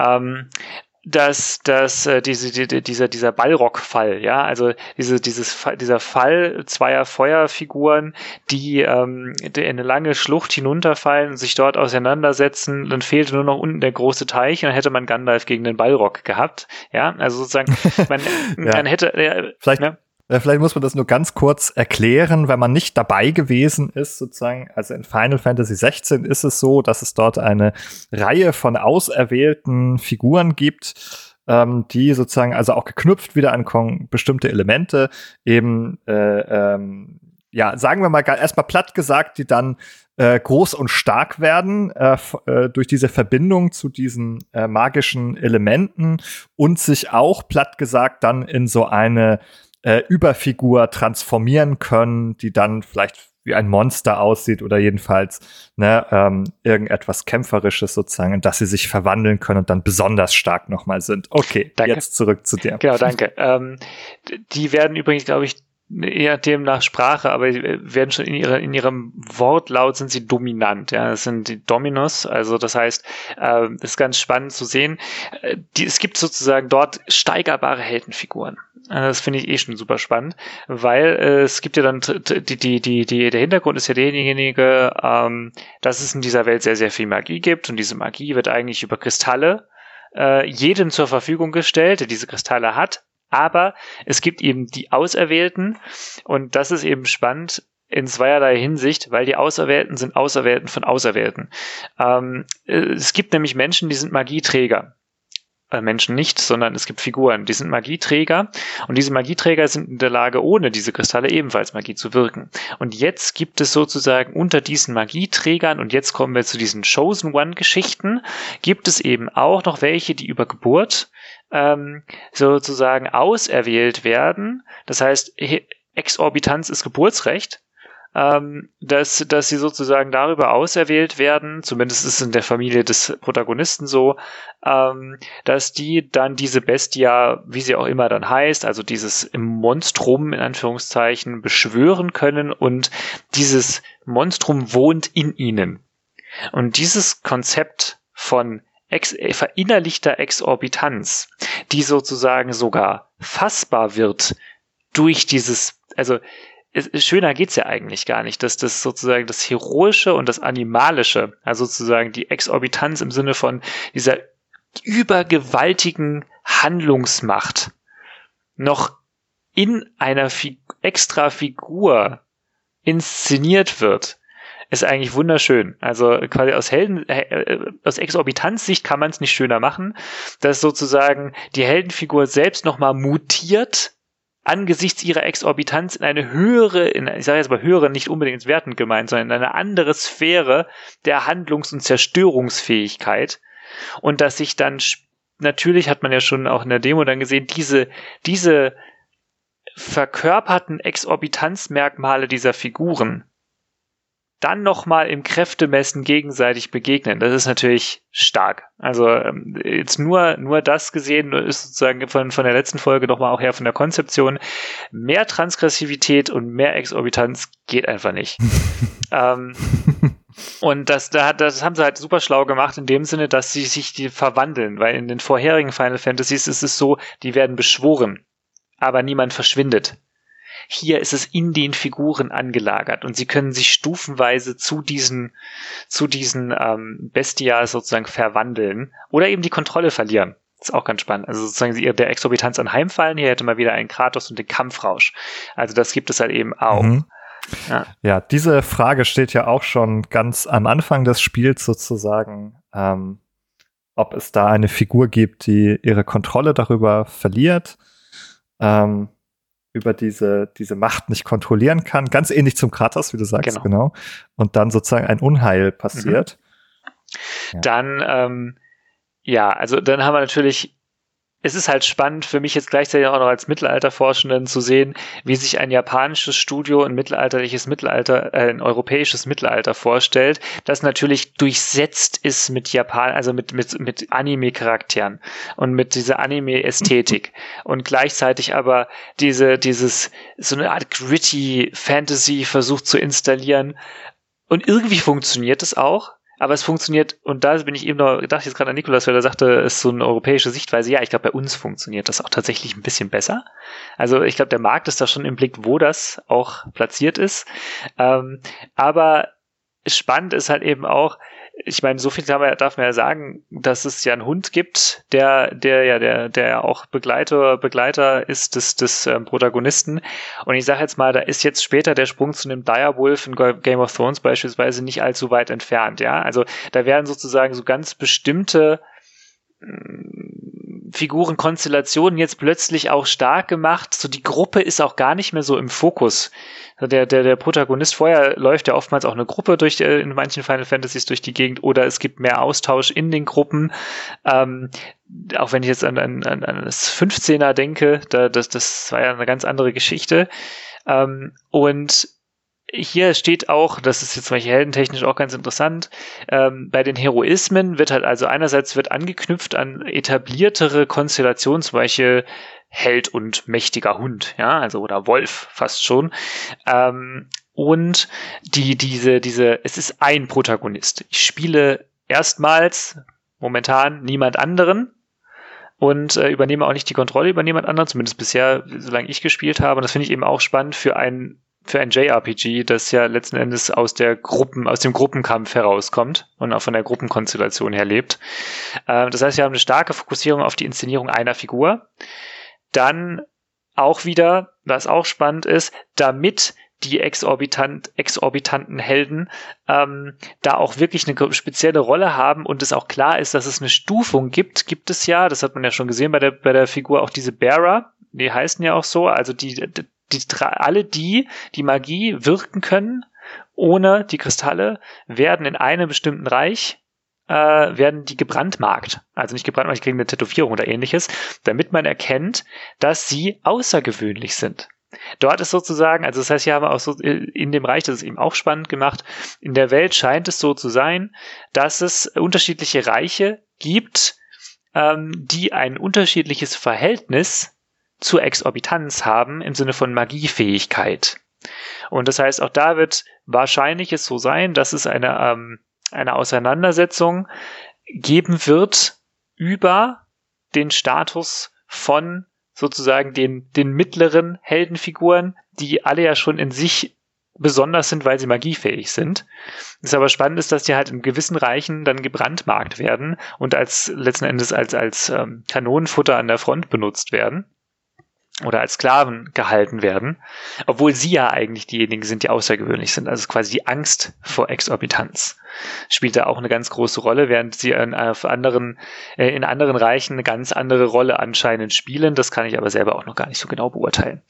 dieser Ballrock-Fall, ja, also dieser Fall zweier Feuerfiguren, die in eine lange Schlucht hinunterfallen und sich dort auseinandersetzen, dann fehlte nur noch unten der große Teich und dann hätte man Gandalf gegen den Ballrock gehabt, ja, also sozusagen, man hätte, vielleicht, ne? Vielleicht muss man das nur ganz kurz erklären, wenn man nicht dabei gewesen ist, sozusagen. Also in Final Fantasy 16 ist es so, dass es dort eine Reihe von auserwählten Figuren gibt, die sozusagen also auch geknüpft wieder an bestimmte Elemente eben, ja, sagen wir mal erstmal platt gesagt, die dann groß und stark werden durch diese Verbindung zu diesen magischen Elementen und sich auch platt gesagt dann in so eine Überfigur transformieren können, die dann vielleicht wie ein Monster aussieht oder jedenfalls irgendetwas Kämpferisches sozusagen, in das sie sich verwandeln können und dann besonders stark nochmal sind. Okay, danke. Jetzt zurück zu dir. Genau, danke. Die werden übrigens, glaube ich, eher dem nach Sprache, aber werden schon in ihrem Wortlaut sind sie dominant. Ja, das sind die Dominus. Also das heißt, das ist ganz spannend zu sehen. Es gibt sozusagen dort steigerbare Heldenfiguren. Das finde ich schon super spannend, weil es gibt ja dann der Hintergrund ist ja derjenige, dass es in dieser Welt sehr, sehr viel Magie gibt und diese Magie wird eigentlich über Kristalle jedem zur Verfügung gestellt, der diese Kristalle hat. Aber es gibt eben die Auserwählten und das ist eben spannend in zweierlei Hinsicht, weil die Auserwählten sind Auserwählten von Auserwählten. Es gibt nämlich Menschen, die sind Magieträger. Menschen nicht, sondern es gibt Figuren, die sind Magieträger und diese Magieträger sind in der Lage, ohne diese Kristalle ebenfalls Magie zu wirken. Und jetzt gibt es sozusagen unter diesen Magieträgern, und jetzt kommen wir zu diesen Chosen One-Geschichten, gibt es eben auch noch welche, die über Geburt sozusagen auserwählt werden. Das heißt, Exorbitanz ist Geburtsrecht. Dass sie sozusagen darüber auserwählt werden, zumindest ist es in der Familie des Protagonisten so, dass die dann diese Bestia, wie sie auch immer dann heißt, also dieses Monstrum in Anführungszeichen beschwören können und dieses Monstrum wohnt in ihnen. Und dieses Konzept von verinnerlichter Exorbitanz, die sozusagen sogar fassbar wird durch dieses, also schöner geht's ja eigentlich gar nicht, dass das sozusagen das Heroische und das Animalische, also sozusagen die Exorbitanz im Sinne von dieser übergewaltigen Handlungsmacht noch in einer extra Figur inszeniert wird, ist eigentlich wunderschön. Also quasi aus Exorbitanz-Sicht kann man es nicht schöner machen, dass sozusagen die Heldenfigur selbst nochmal mutiert angesichts ihrer Exorbitanz in eine höhere, ich sage jetzt mal höhere, nicht unbedingt wertend gemeint, sondern in eine andere Sphäre der Handlungs- und Zerstörungsfähigkeit. Und dass sich dann, natürlich hat man ja schon auch in der Demo dann gesehen, diese verkörperten Exorbitanzmerkmale dieser Figuren dann nochmal im Kräftemessen gegenseitig begegnen. Das ist natürlich stark. Also jetzt nur das gesehen ist sozusagen von der letzten Folge nochmal auch her von der Konzeption. Mehr Transgressivität und mehr Exorbitanz geht einfach nicht. Und das haben sie halt super schlau gemacht in dem Sinne, dass sie sich die verwandeln, weil in den vorherigen Final Fantasies ist es so, die werden beschworen, aber niemand verschwindet. Hier ist es in den Figuren angelagert und sie können sich stufenweise zu diesen Bestia sozusagen verwandeln oder eben die Kontrolle verlieren. Das ist auch ganz spannend. Also sozusagen sie der Exorbitanz anheimfallen. Hier hätte man wieder einen Kratos und den Kampfrausch. Also das gibt es halt eben auch. Mhm. Ja, diese Frage steht ja auch schon ganz am Anfang des Spiels sozusagen, ob es da eine Figur gibt, die ihre Kontrolle darüber verliert, über diese Macht nicht kontrollieren kann. Ganz ähnlich zum Kratos, wie du sagst, genau. Und dann sozusagen ein Unheil passiert. Ja. Dann, also dann haben wir natürlich, es ist halt spannend für mich jetzt gleichzeitig auch noch als Mittelalterforschenden zu sehen, wie sich ein japanisches Studio ein europäisches Mittelalter vorstellt, das natürlich durchsetzt ist mit mit Anime-Charakteren und mit dieser Anime-Ästhetik und gleichzeitig aber so eine Art gritty Fantasy versucht zu installieren und irgendwie funktioniert es auch. Aber es funktioniert, und da bin ich eben noch, dachte ich jetzt gerade an Nikolas, weil er sagte, es ist so eine europäische Sichtweise. Ja, ich glaube, bei uns funktioniert das auch tatsächlich ein bisschen besser. Also ich glaube, der Markt ist da schon im Blick, wo das auch platziert ist. Aber spannend ist halt eben auch, ich meine, so viel darf man ja sagen, dass es ja einen Hund gibt, der auch Begleiter ist des Protagonisten. Und ich sage jetzt mal, da ist jetzt später der Sprung zu einem Direwolf in Game of Thrones beispielsweise nicht allzu weit entfernt, ja. Also da werden sozusagen so ganz bestimmte Figurenkonstellationen jetzt plötzlich auch stark gemacht. So die Gruppe ist auch gar nicht mehr so im Fokus. Der Protagonist vorher läuft ja oftmals auch eine Gruppe in manchen Final Fantasies durch die Gegend oder es gibt mehr Austausch in den Gruppen. Auch wenn ich jetzt an das 15er denke, das war ja eine ganz andere Geschichte. Und hier steht auch, das ist jetzt zum Beispiel heldentechnisch auch ganz interessant, bei den Heroismen wird halt also einerseits wird angeknüpft an etabliertere Konstellationen, zum Beispiel Held und mächtiger Hund, ja, also oder Wolf fast schon. Und es ist ein Protagonist. Ich spiele erstmals momentan niemand anderen und übernehme auch nicht die Kontrolle über niemand anderen, zumindest bisher, solange ich gespielt habe. Und das finde ich eben auch spannend für ein JRPG, das ja letzten Endes aus dem Gruppenkampf herauskommt und auch von der Gruppenkonstellation her lebt. Das heißt, wir haben eine starke Fokussierung auf die Inszenierung einer Figur. Dann auch wieder, was auch spannend ist, damit die exorbitanten Helden da auch wirklich eine spezielle Rolle haben und es auch klar ist, dass es eine Stufung gibt es ja, das hat man ja schon gesehen bei der Figur, auch diese Bearer, die heißen ja auch so, also alle die Magie wirken können, ohne die Kristalle, werden in einem bestimmten Reich werden die gebrandmarkt. Also nicht gebrandmarkt, die kriegen eine Tätowierung oder ähnliches, damit man erkennt, dass sie außergewöhnlich sind. Dort ist sozusagen, also das heißt, hier haben wir auch so in dem Reich, das ist eben auch spannend gemacht, in der Welt scheint es so zu sein, dass es unterschiedliche Reiche gibt, die ein unterschiedliches Verhältnis zur Exorbitanz haben im Sinne von Magiefähigkeit. Und das heißt, auch da wird wahrscheinlich es so sein, dass es eine Auseinandersetzung geben wird über den Status von sozusagen den mittleren Heldenfiguren, die alle ja schon in sich besonders sind, weil sie magiefähig sind. Das aber spannend ist, dass die halt in gewissen Reichen dann gebrandmarkt werden und letzten Endes als Kanonenfutter an der Front benutzt werden oder als Sklaven gehalten werden, obwohl sie ja eigentlich diejenigen sind, die außergewöhnlich sind. Also quasi die Angst vor Exorbitanz spielt da auch eine ganz große Rolle, während sie in anderen Reichen eine ganz andere Rolle anscheinend spielen. Das kann ich aber selber auch noch gar nicht so genau beurteilen.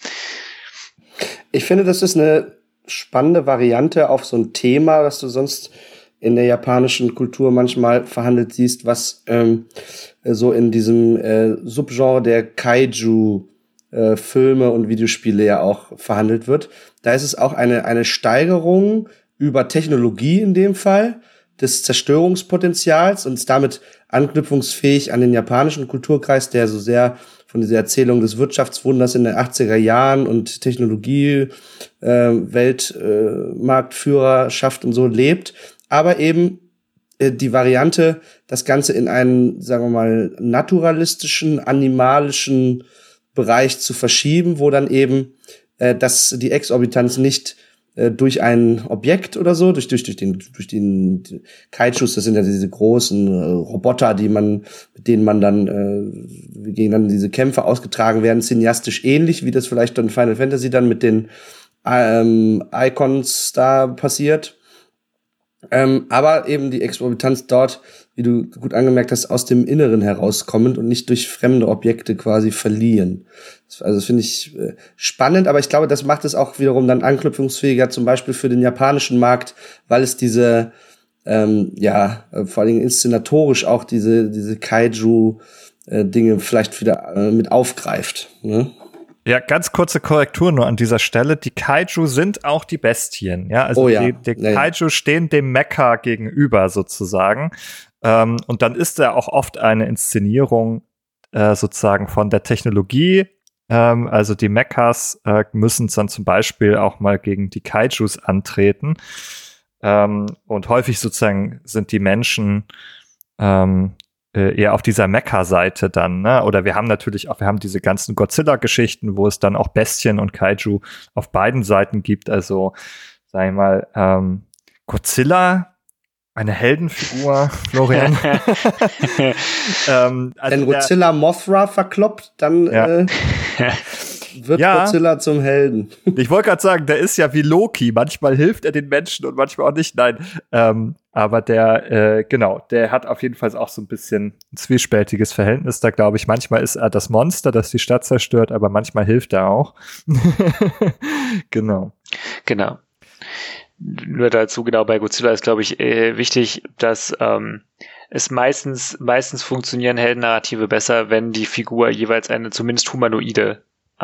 Ich finde, das ist eine spannende Variante auf so ein Thema, das du sonst in der japanischen Kultur manchmal verhandelt siehst, was so in diesem Subgenre der Kaiju Filme und Videospiele ja auch verhandelt wird. Da ist es auch eine Steigerung über Technologie in dem Fall, des Zerstörungspotenzials und ist damit anknüpfungsfähig an den japanischen Kulturkreis, der so sehr von dieser Erzählung des Wirtschaftswunders in den 80er Jahren und Technologie, Weltmarktführerschaft und so lebt. Aber eben die Variante, das Ganze in einen, sagen wir mal, naturalistischen, animalischen Bereich zu verschieben, wo dann eben die Exorbitanz nicht durch ein Objekt oder so, durch den Kaijus, das sind ja diese großen Roboter, mit denen man dann gegen dann diese Kämpfe ausgetragen werden, cineastisch ähnlich, wie das vielleicht dann Final Fantasy dann mit den Icons da passiert. Aber eben die Exorbitanz dort, wie du gut angemerkt hast, aus dem Inneren herauskommend und nicht durch fremde Objekte quasi verliehen. Also das finde ich spannend, aber ich glaube, das macht es auch wiederum dann anknüpfungsfähiger, zum Beispiel für den japanischen Markt, weil es diese, vor allen Dingen inszenatorisch auch diese Kaiju-Dinge vielleicht wieder mit aufgreift, ne? Ja, ganz kurze Korrektur nur an dieser Stelle. Die Kaiju sind auch die Bestien. Ja, also die Kaiju stehen dem Mecha gegenüber sozusagen. Und dann ist da auch oft eine Inszenierung sozusagen von der Technologie. Also die Mechas müssen dann zum Beispiel auch mal gegen die Kaijus antreten. Und häufig sozusagen sind die Menschen eher auf dieser Mecha-Seite dann, ne? Oder wir haben diese ganzen Godzilla-Geschichten, wo es dann auch Bestien und Kaiju auf beiden Seiten gibt. Also, sag ich mal, Godzilla Eine Heldenfigur, Florian. Also wenn Godzilla Mothra verkloppt, dann wird Godzilla zum Helden. Ich wollte gerade sagen, der ist ja wie Loki. Manchmal hilft er den Menschen und manchmal auch nicht. Nein, aber der hat auf jeden Fall auch so ein bisschen ein zwiespältiges Verhältnis da, glaube ich. Manchmal ist er das Monster, das die Stadt zerstört, aber manchmal hilft er auch. Genau. Nur dazu, genau, bei Godzilla ist, glaube ich, wichtig, dass es meistens funktionieren Heldennarrative besser, wenn die Figur jeweils eine zumindest humanoide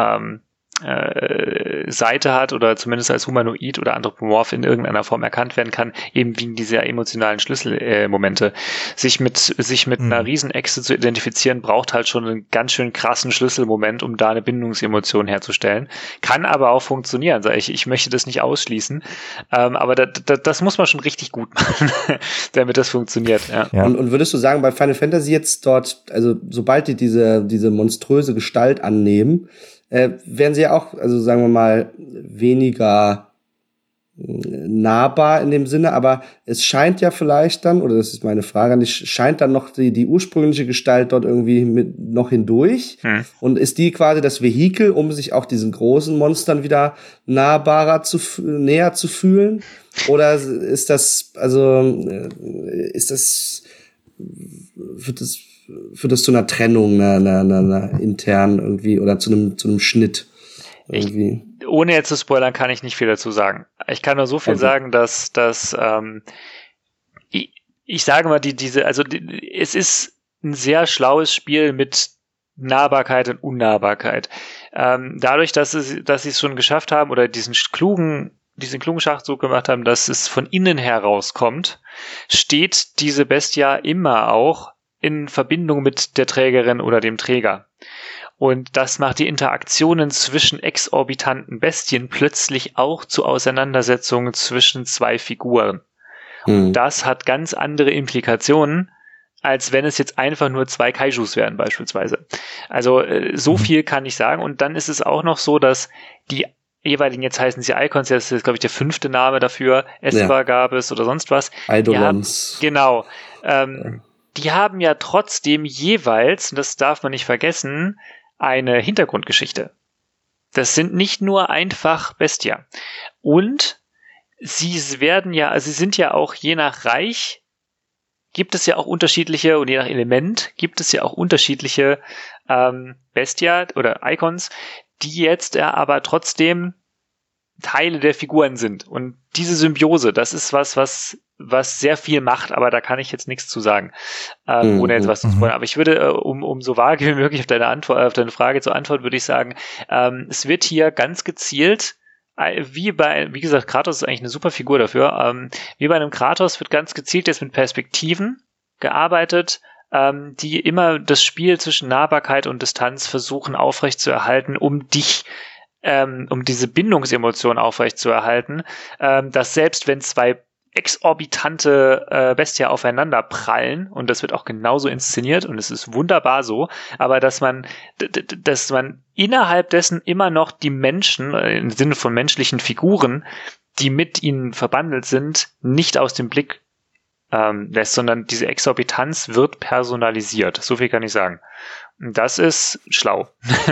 Seite hat oder zumindest als humanoid oder anthropomorph in irgendeiner Form erkannt werden kann, eben wegen dieser emotionalen Schlüsselmomente. Sich mit einer Riesenechse zu identifizieren, braucht halt schon einen ganz schön krassen Schlüsselmoment, um da eine Bindungsemotion herzustellen. Kann aber auch funktionieren, sage ich. Ich möchte das nicht ausschließen, aber das muss man schon richtig gut machen, damit das funktioniert. Ja. Und würdest du sagen, bei Final Fantasy jetzt dort, also sobald die diese monströse Gestalt annehmen, werden sie ja auch, also sagen wir mal, weniger nahbar in dem Sinne, aber es scheint ja vielleicht dann, oder das ist meine Frage an dich, scheint dann noch die ursprüngliche Gestalt dort irgendwie noch hindurch und ist die quasi das Vehikel, um sich auch diesen großen Monstern wieder näher zu fühlen? Oder wird das zu einer Trennung, einer internen irgendwie oder zu einem Schnitt irgendwie? Ohne jetzt zu spoilern, kann ich nicht viel dazu sagen. Ich kann nur so viel sagen, dass ich sage mal, es ist ein sehr schlaues Spiel mit Nahbarkeit und Unnahbarkeit. Dadurch, dass sie es schon geschafft haben oder diesen klugen Schachzug gemacht haben, dass es von innen herauskommt, steht diese Bestia immer auch in Verbindung mit der Trägerin oder dem Träger. Und das macht die Interaktionen zwischen exorbitanten Bestien plötzlich auch zu Auseinandersetzungen zwischen zwei Figuren. Und das hat ganz andere Implikationen, als wenn es jetzt einfach nur zwei Kaijus wären beispielsweise. Also so viel kann ich sagen. Und dann ist es auch noch so, dass die jeweiligen, jetzt heißen sie Icons, das ist jetzt, glaube ich, der 5. Name dafür, Esper gab es oder sonst was. Eidolons. Genau. Die haben ja trotzdem jeweils, und das darf man nicht vergessen, eine Hintergrundgeschichte. Das sind nicht nur einfach Bestia. Und sie sind ja auch je nach Reich, gibt es ja auch unterschiedliche, und je nach Element gibt es ja auch unterschiedliche Bestia oder Icons, die jetzt aber trotzdem Teile der Figuren sind. Und diese Symbiose, das ist was sehr viel macht, aber da kann ich jetzt nichts zu sagen, ohne jetzt was zu spoilern. Aber ich würde, um so vage wie möglich auf deine Frage zu antworten, würde ich sagen, es wird hier ganz gezielt, wie gesagt, Kratos ist eigentlich eine super Figur dafür, wie bei einem Kratos wird ganz gezielt jetzt mit Perspektiven gearbeitet, die immer das Spiel zwischen Nahbarkeit und Distanz versuchen aufrechtzuerhalten, um diese Bindungsemotion aufrechtzuerhalten, dass selbst wenn zwei exorbitante Bestia aufeinander prallen, und das wird auch genauso inszeniert und es ist wunderbar so, aber dass man innerhalb dessen immer noch die Menschen, im Sinne von menschlichen Figuren, die mit ihnen verbandelt sind, nicht aus dem Blick lässt, sondern diese Exorbitanz wird personalisiert. So viel kann ich sagen. Und das ist schlau.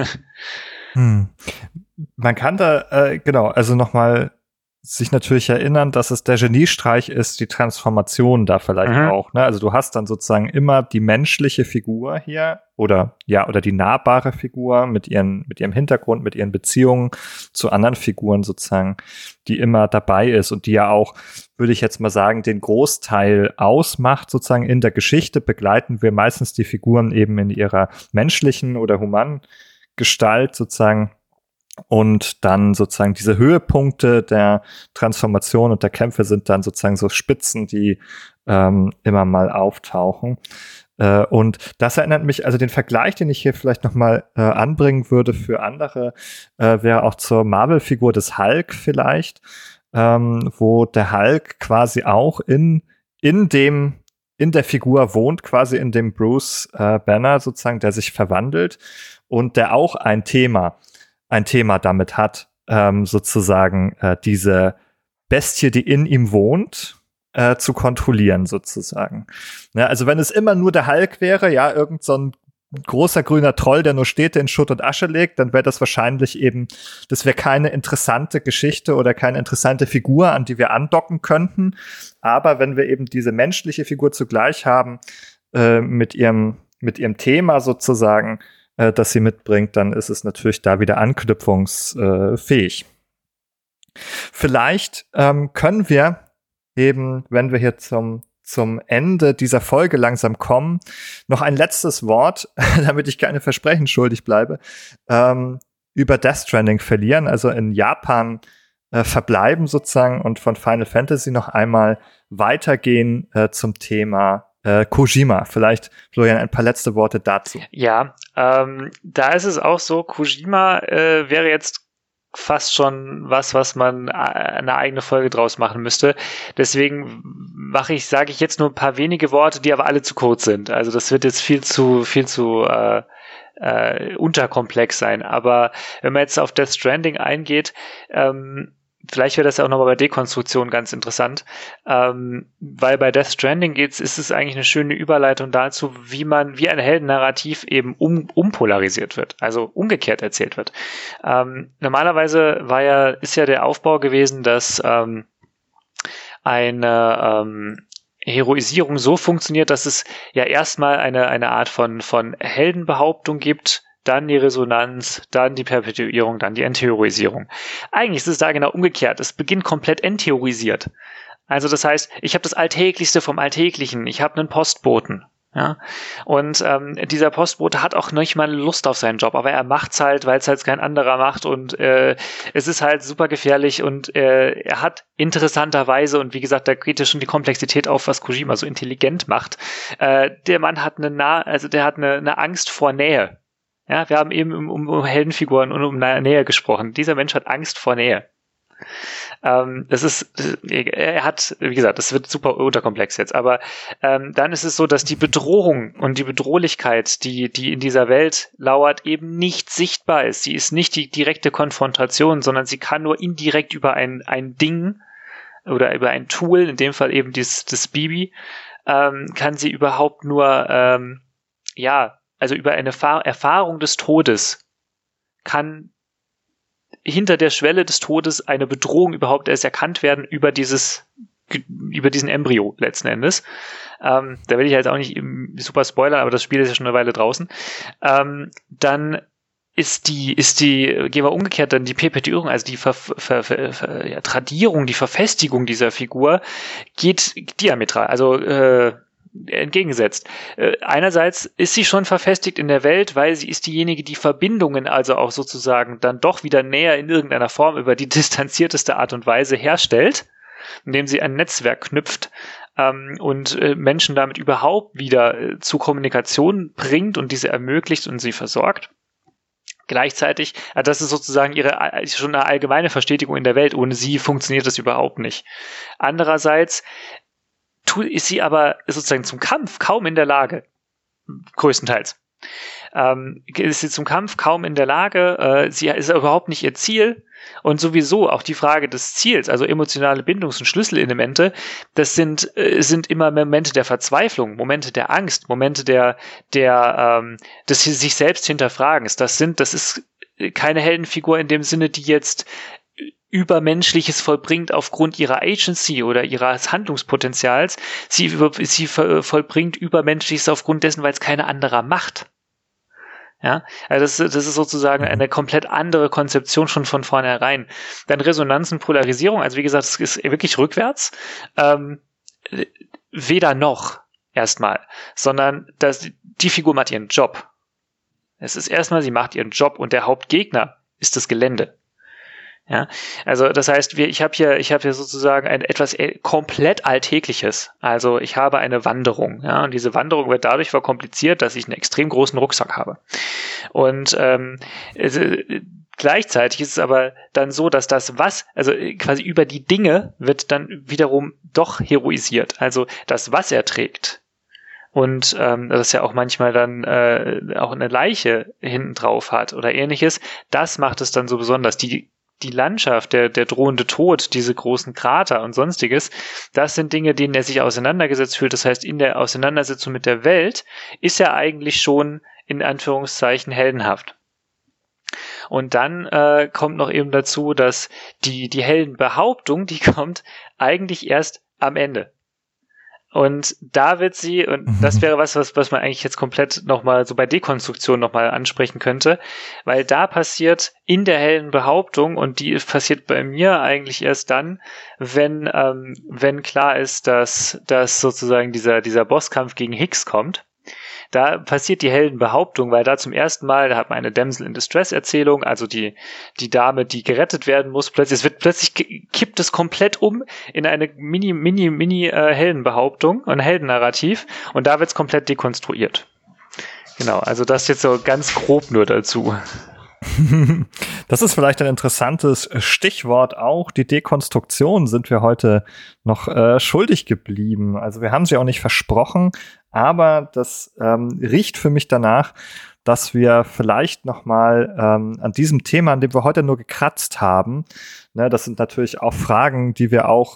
Man kann da, also nochmal sich natürlich erinnern, dass es der Geniestreich ist, die Transformation da vielleicht auch, ne? Also du hast dann sozusagen immer die menschliche Figur hier oder die nahbare Figur mit ihrem Hintergrund, mit ihren Beziehungen zu anderen Figuren sozusagen, die immer dabei ist und die ja auch, würde ich jetzt mal sagen, den Großteil ausmacht sozusagen in der Geschichte, begleiten wir meistens die Figuren eben in ihrer menschlichen oder humanen Gestalt sozusagen. Und dann sozusagen diese Höhepunkte der Transformation und der Kämpfe sind dann sozusagen so Spitzen, die immer mal auftauchen. Und das erinnert mich, also den Vergleich, den ich hier vielleicht noch mal anbringen würde für andere, wäre auch zur Marvel-Figur des Hulk vielleicht, wo der Hulk quasi auch in der Figur wohnt, quasi in dem Bruce Banner sozusagen, der sich verwandelt und der auch ein Thema damit hat, sozusagen diese Bestie, die in ihm wohnt, zu kontrollieren sozusagen. Ja, also wenn es immer nur der Hulk wäre, ja, irgend so ein großer grüner Troll, der nur Städte in Schutt und Asche legt, dann wäre das wahrscheinlich eben, das wäre keine interessante Geschichte oder keine interessante Figur, an die wir andocken könnten. Aber wenn wir eben diese menschliche Figur zugleich haben, mit ihrem Thema sozusagen, das sie mitbringt, dann ist es natürlich da wieder anknüpfungsfähig. Vielleicht können wir eben, wenn wir hier zum Ende dieser Folge langsam kommen, noch ein letztes Wort, damit ich keine Versprechen schuldig bleibe, über Death Stranding verlieren, also in Japan verbleiben sozusagen und von Final Fantasy noch einmal weitergehen zum Thema Kojima. Vielleicht, Florian, ein paar letzte Worte dazu. Ja, da ist es auch so, Kojima wäre jetzt fast schon was man eine eigene Folge draus machen müsste. Deswegen sage ich jetzt nur ein paar wenige Worte, die aber alle zu kurz sind. Also das wird jetzt viel zu unterkomplex sein. Aber wenn man jetzt auf Death Stranding eingeht, vielleicht wäre das ja auch nochmal bei Dekonstruktion ganz interessant, weil bei Death Stranding ist es eigentlich eine schöne Überleitung dazu, wie ein Heldennarrativ eben umpolarisiert wird, also umgekehrt erzählt wird. Normalerweise ist ja der Aufbau gewesen, dass eine Heroisierung so funktioniert, dass es ja erstmal eine Art von Heldenbehauptung gibt, dann die Resonanz, dann die Perpetuierung, dann die Entheorisierung. Eigentlich ist es da genau umgekehrt. Es beginnt komplett entheorisiert. Also das heißt, ich habe das Alltäglichste vom Alltäglichen. Ich habe einen Postboten. Ja? Und dieser Postbote hat auch nicht mal Lust auf seinen Job, aber er macht's halt, weil es halt kein anderer macht und es ist halt super gefährlich und er hat interessanterweise, und wie gesagt, da geht ja schon die Komplexität auf, was Kojima so intelligent macht. Der Mann hat eine Angst vor Nähe. Ja, wir haben eben um Heldenfiguren und um Nähe gesprochen. Dieser Mensch hat Angst vor Nähe. Er hat, wie gesagt, das wird super unterkomplex jetzt, aber dann ist es so, dass die Bedrohung und die Bedrohlichkeit, die in dieser Welt lauert, eben nicht sichtbar ist. Sie ist nicht die direkte Konfrontation, sondern sie kann nur indirekt über ein Ding oder über ein Tool, in dem Fall eben das Bibi, kann sie überhaupt nur, also über eine Erfahrung des Todes kann hinter der Schwelle des Todes eine Bedrohung überhaupt erst erkannt werden über diesen Embryo letzten Endes. Da will ich jetzt auch nicht super spoilern, aber das Spiel ist ja schon eine Weile draußen. Dann gehen wir umgekehrt, dann die Perpetuierung, also die Tradierung, die Verfestigung dieser Figur geht diametral, also entgegengesetzt. Einerseits ist sie schon verfestigt in der Welt, weil sie ist diejenige, die Verbindungen also auch sozusagen dann doch wieder näher in irgendeiner Form über die distanzierteste Art und Weise herstellt, indem sie ein Netzwerk knüpft und Menschen damit überhaupt wieder zu Kommunikation bringt und diese ermöglicht und sie versorgt. Gleichzeitig, das ist sozusagen schon eine allgemeine Verstetigung in der Welt. Ohne sie funktioniert das überhaupt nicht. Andererseits ist sie aber sozusagen zum Kampf kaum in der Lage, größtenteils. Ist sie zum Kampf kaum in der Lage, sie ist überhaupt nicht ihr Ziel und sowieso auch die Frage des Ziels, also emotionale Bindungs- und Schlüsselelemente, das sind immer Momente der Verzweiflung, Momente der Angst, Momente des sich selbst Hinterfragens. Das ist keine Heldenfigur in dem Sinne, die jetzt Übermenschliches vollbringt aufgrund ihrer Agency oder ihres Handlungspotenzials. Sie vollbringt Übermenschliches aufgrund dessen, weil es keine anderer macht. Ja, also das ist sozusagen eine komplett andere Konzeption schon von vornherein. Dann Resonanzen, Polarisierung, also wie gesagt, es ist wirklich rückwärts. Weder noch erstmal, sondern die Figur macht ihren Job. Es ist erstmal, sie macht ihren Job und der Hauptgegner ist das Gelände. Ja, also das heißt, ich habe hier sozusagen etwas komplett Alltägliches. Also ich habe eine Wanderung, ja, und diese Wanderung wird dadurch verkompliziert, dass ich einen extrem großen Rucksack habe. Und gleichzeitig ist es aber dann so, dass also quasi über die Dinge wird dann wiederum doch heroisiert. Also das, was er trägt. Und das ja auch manchmal dann auch eine Leiche hinten drauf hat oder ähnliches, das macht es dann so besonders. Die die Landschaft, der drohende Tod, diese großen Krater und sonstiges, das sind Dinge, denen er sich auseinandergesetzt fühlt. Das heißt, in der Auseinandersetzung mit der Welt ist er eigentlich schon in Anführungszeichen heldenhaft. Und dann kommt noch eben dazu, dass die Heldenbehauptung, die kommt eigentlich erst am Ende. Und da wird sie, und das wäre was man eigentlich jetzt komplett nochmal so bei Dekonstruktion nochmal ansprechen könnte, weil da passiert in der Heldenbehauptung, und die passiert bei mir eigentlich erst dann, wenn klar ist, dass sozusagen dieser Bosskampf gegen Hicks kommt. Da passiert die Heldenbehauptung, weil da zum ersten Mal, da hat man eine Damsel in Distress Erzählung, also die Dame, die gerettet werden muss, plötzlich kippt es komplett um in eine mini Heldenbehauptung, ein Heldennarrativ, und da wird es komplett dekonstruiert. Genau, also das jetzt so ganz grob nur dazu. Das ist vielleicht ein interessantes Stichwort auch. Die Dekonstruktion sind wir heute noch schuldig geblieben. Also wir haben sie auch nicht versprochen, aber das riecht für mich danach, dass wir vielleicht noch mal an diesem Thema, an dem wir heute nur gekratzt haben, ne, das sind natürlich auch Fragen, die wir auch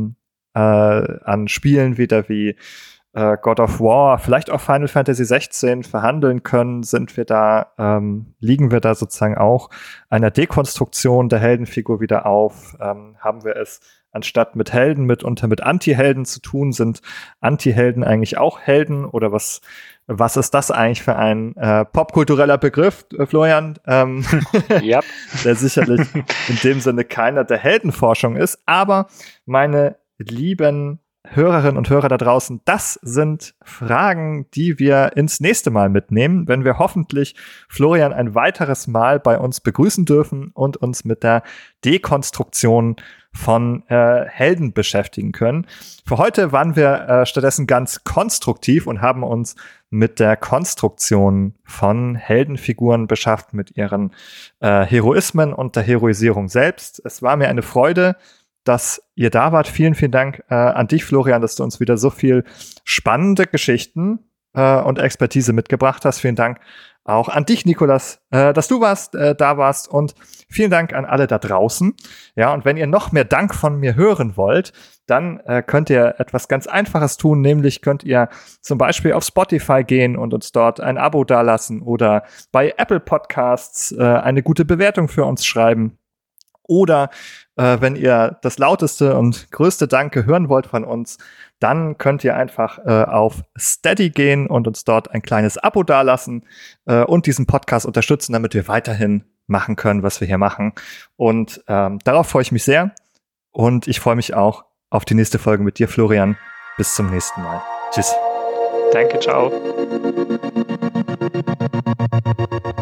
an Spielen wieder wie God of War, vielleicht auch Final Fantasy 16 verhandeln können, liegen wir da sozusagen auch einer Dekonstruktion der Heldenfigur wieder auf, haben wir es anstatt mit Helden mitunter mit Anti-Helden zu tun, sind Anti-Helden eigentlich auch Helden, oder was ist das eigentlich für ein popkultureller Begriff, Florian? Yep. Der sicherlich in dem Sinne keiner der Heldenforschung ist, aber meine lieben Hörerinnen und Hörer da draußen, das sind Fragen, die wir ins nächste Mal mitnehmen, wenn wir hoffentlich Florian ein weiteres Mal bei uns begrüßen dürfen und uns mit der Dekonstruktion von Helden beschäftigen können. Für heute waren wir stattdessen ganz konstruktiv und haben uns mit der Konstruktion von Heldenfiguren beschäftigt, mit ihren Heroismen und der Heroisierung selbst. Es war mir eine Freude, dass ihr da wart. Vielen, vielen Dank an dich, Florian, dass du uns wieder so viel spannende Geschichten und Expertise mitgebracht hast. Vielen Dank auch an dich, Nikolas, dass du da warst, und vielen Dank an alle da draußen. Ja, und wenn ihr noch mehr Dank von mir hören wollt, dann könnt ihr etwas ganz Einfaches tun, nämlich könnt ihr zum Beispiel auf Spotify gehen und uns dort ein Abo dalassen oder bei Apple Podcasts eine gute Bewertung für uns schreiben. Oder wenn ihr das lauteste und größte Danke hören wollt von uns, dann könnt ihr einfach auf Steady gehen und uns dort ein kleines Abo dalassen und diesen Podcast unterstützen, damit wir weiterhin machen können, was wir hier machen. Und darauf freue ich mich sehr. Und ich freue mich auch auf die nächste Folge mit dir, Florian. Bis zum nächsten Mal. Tschüss. Danke, ciao.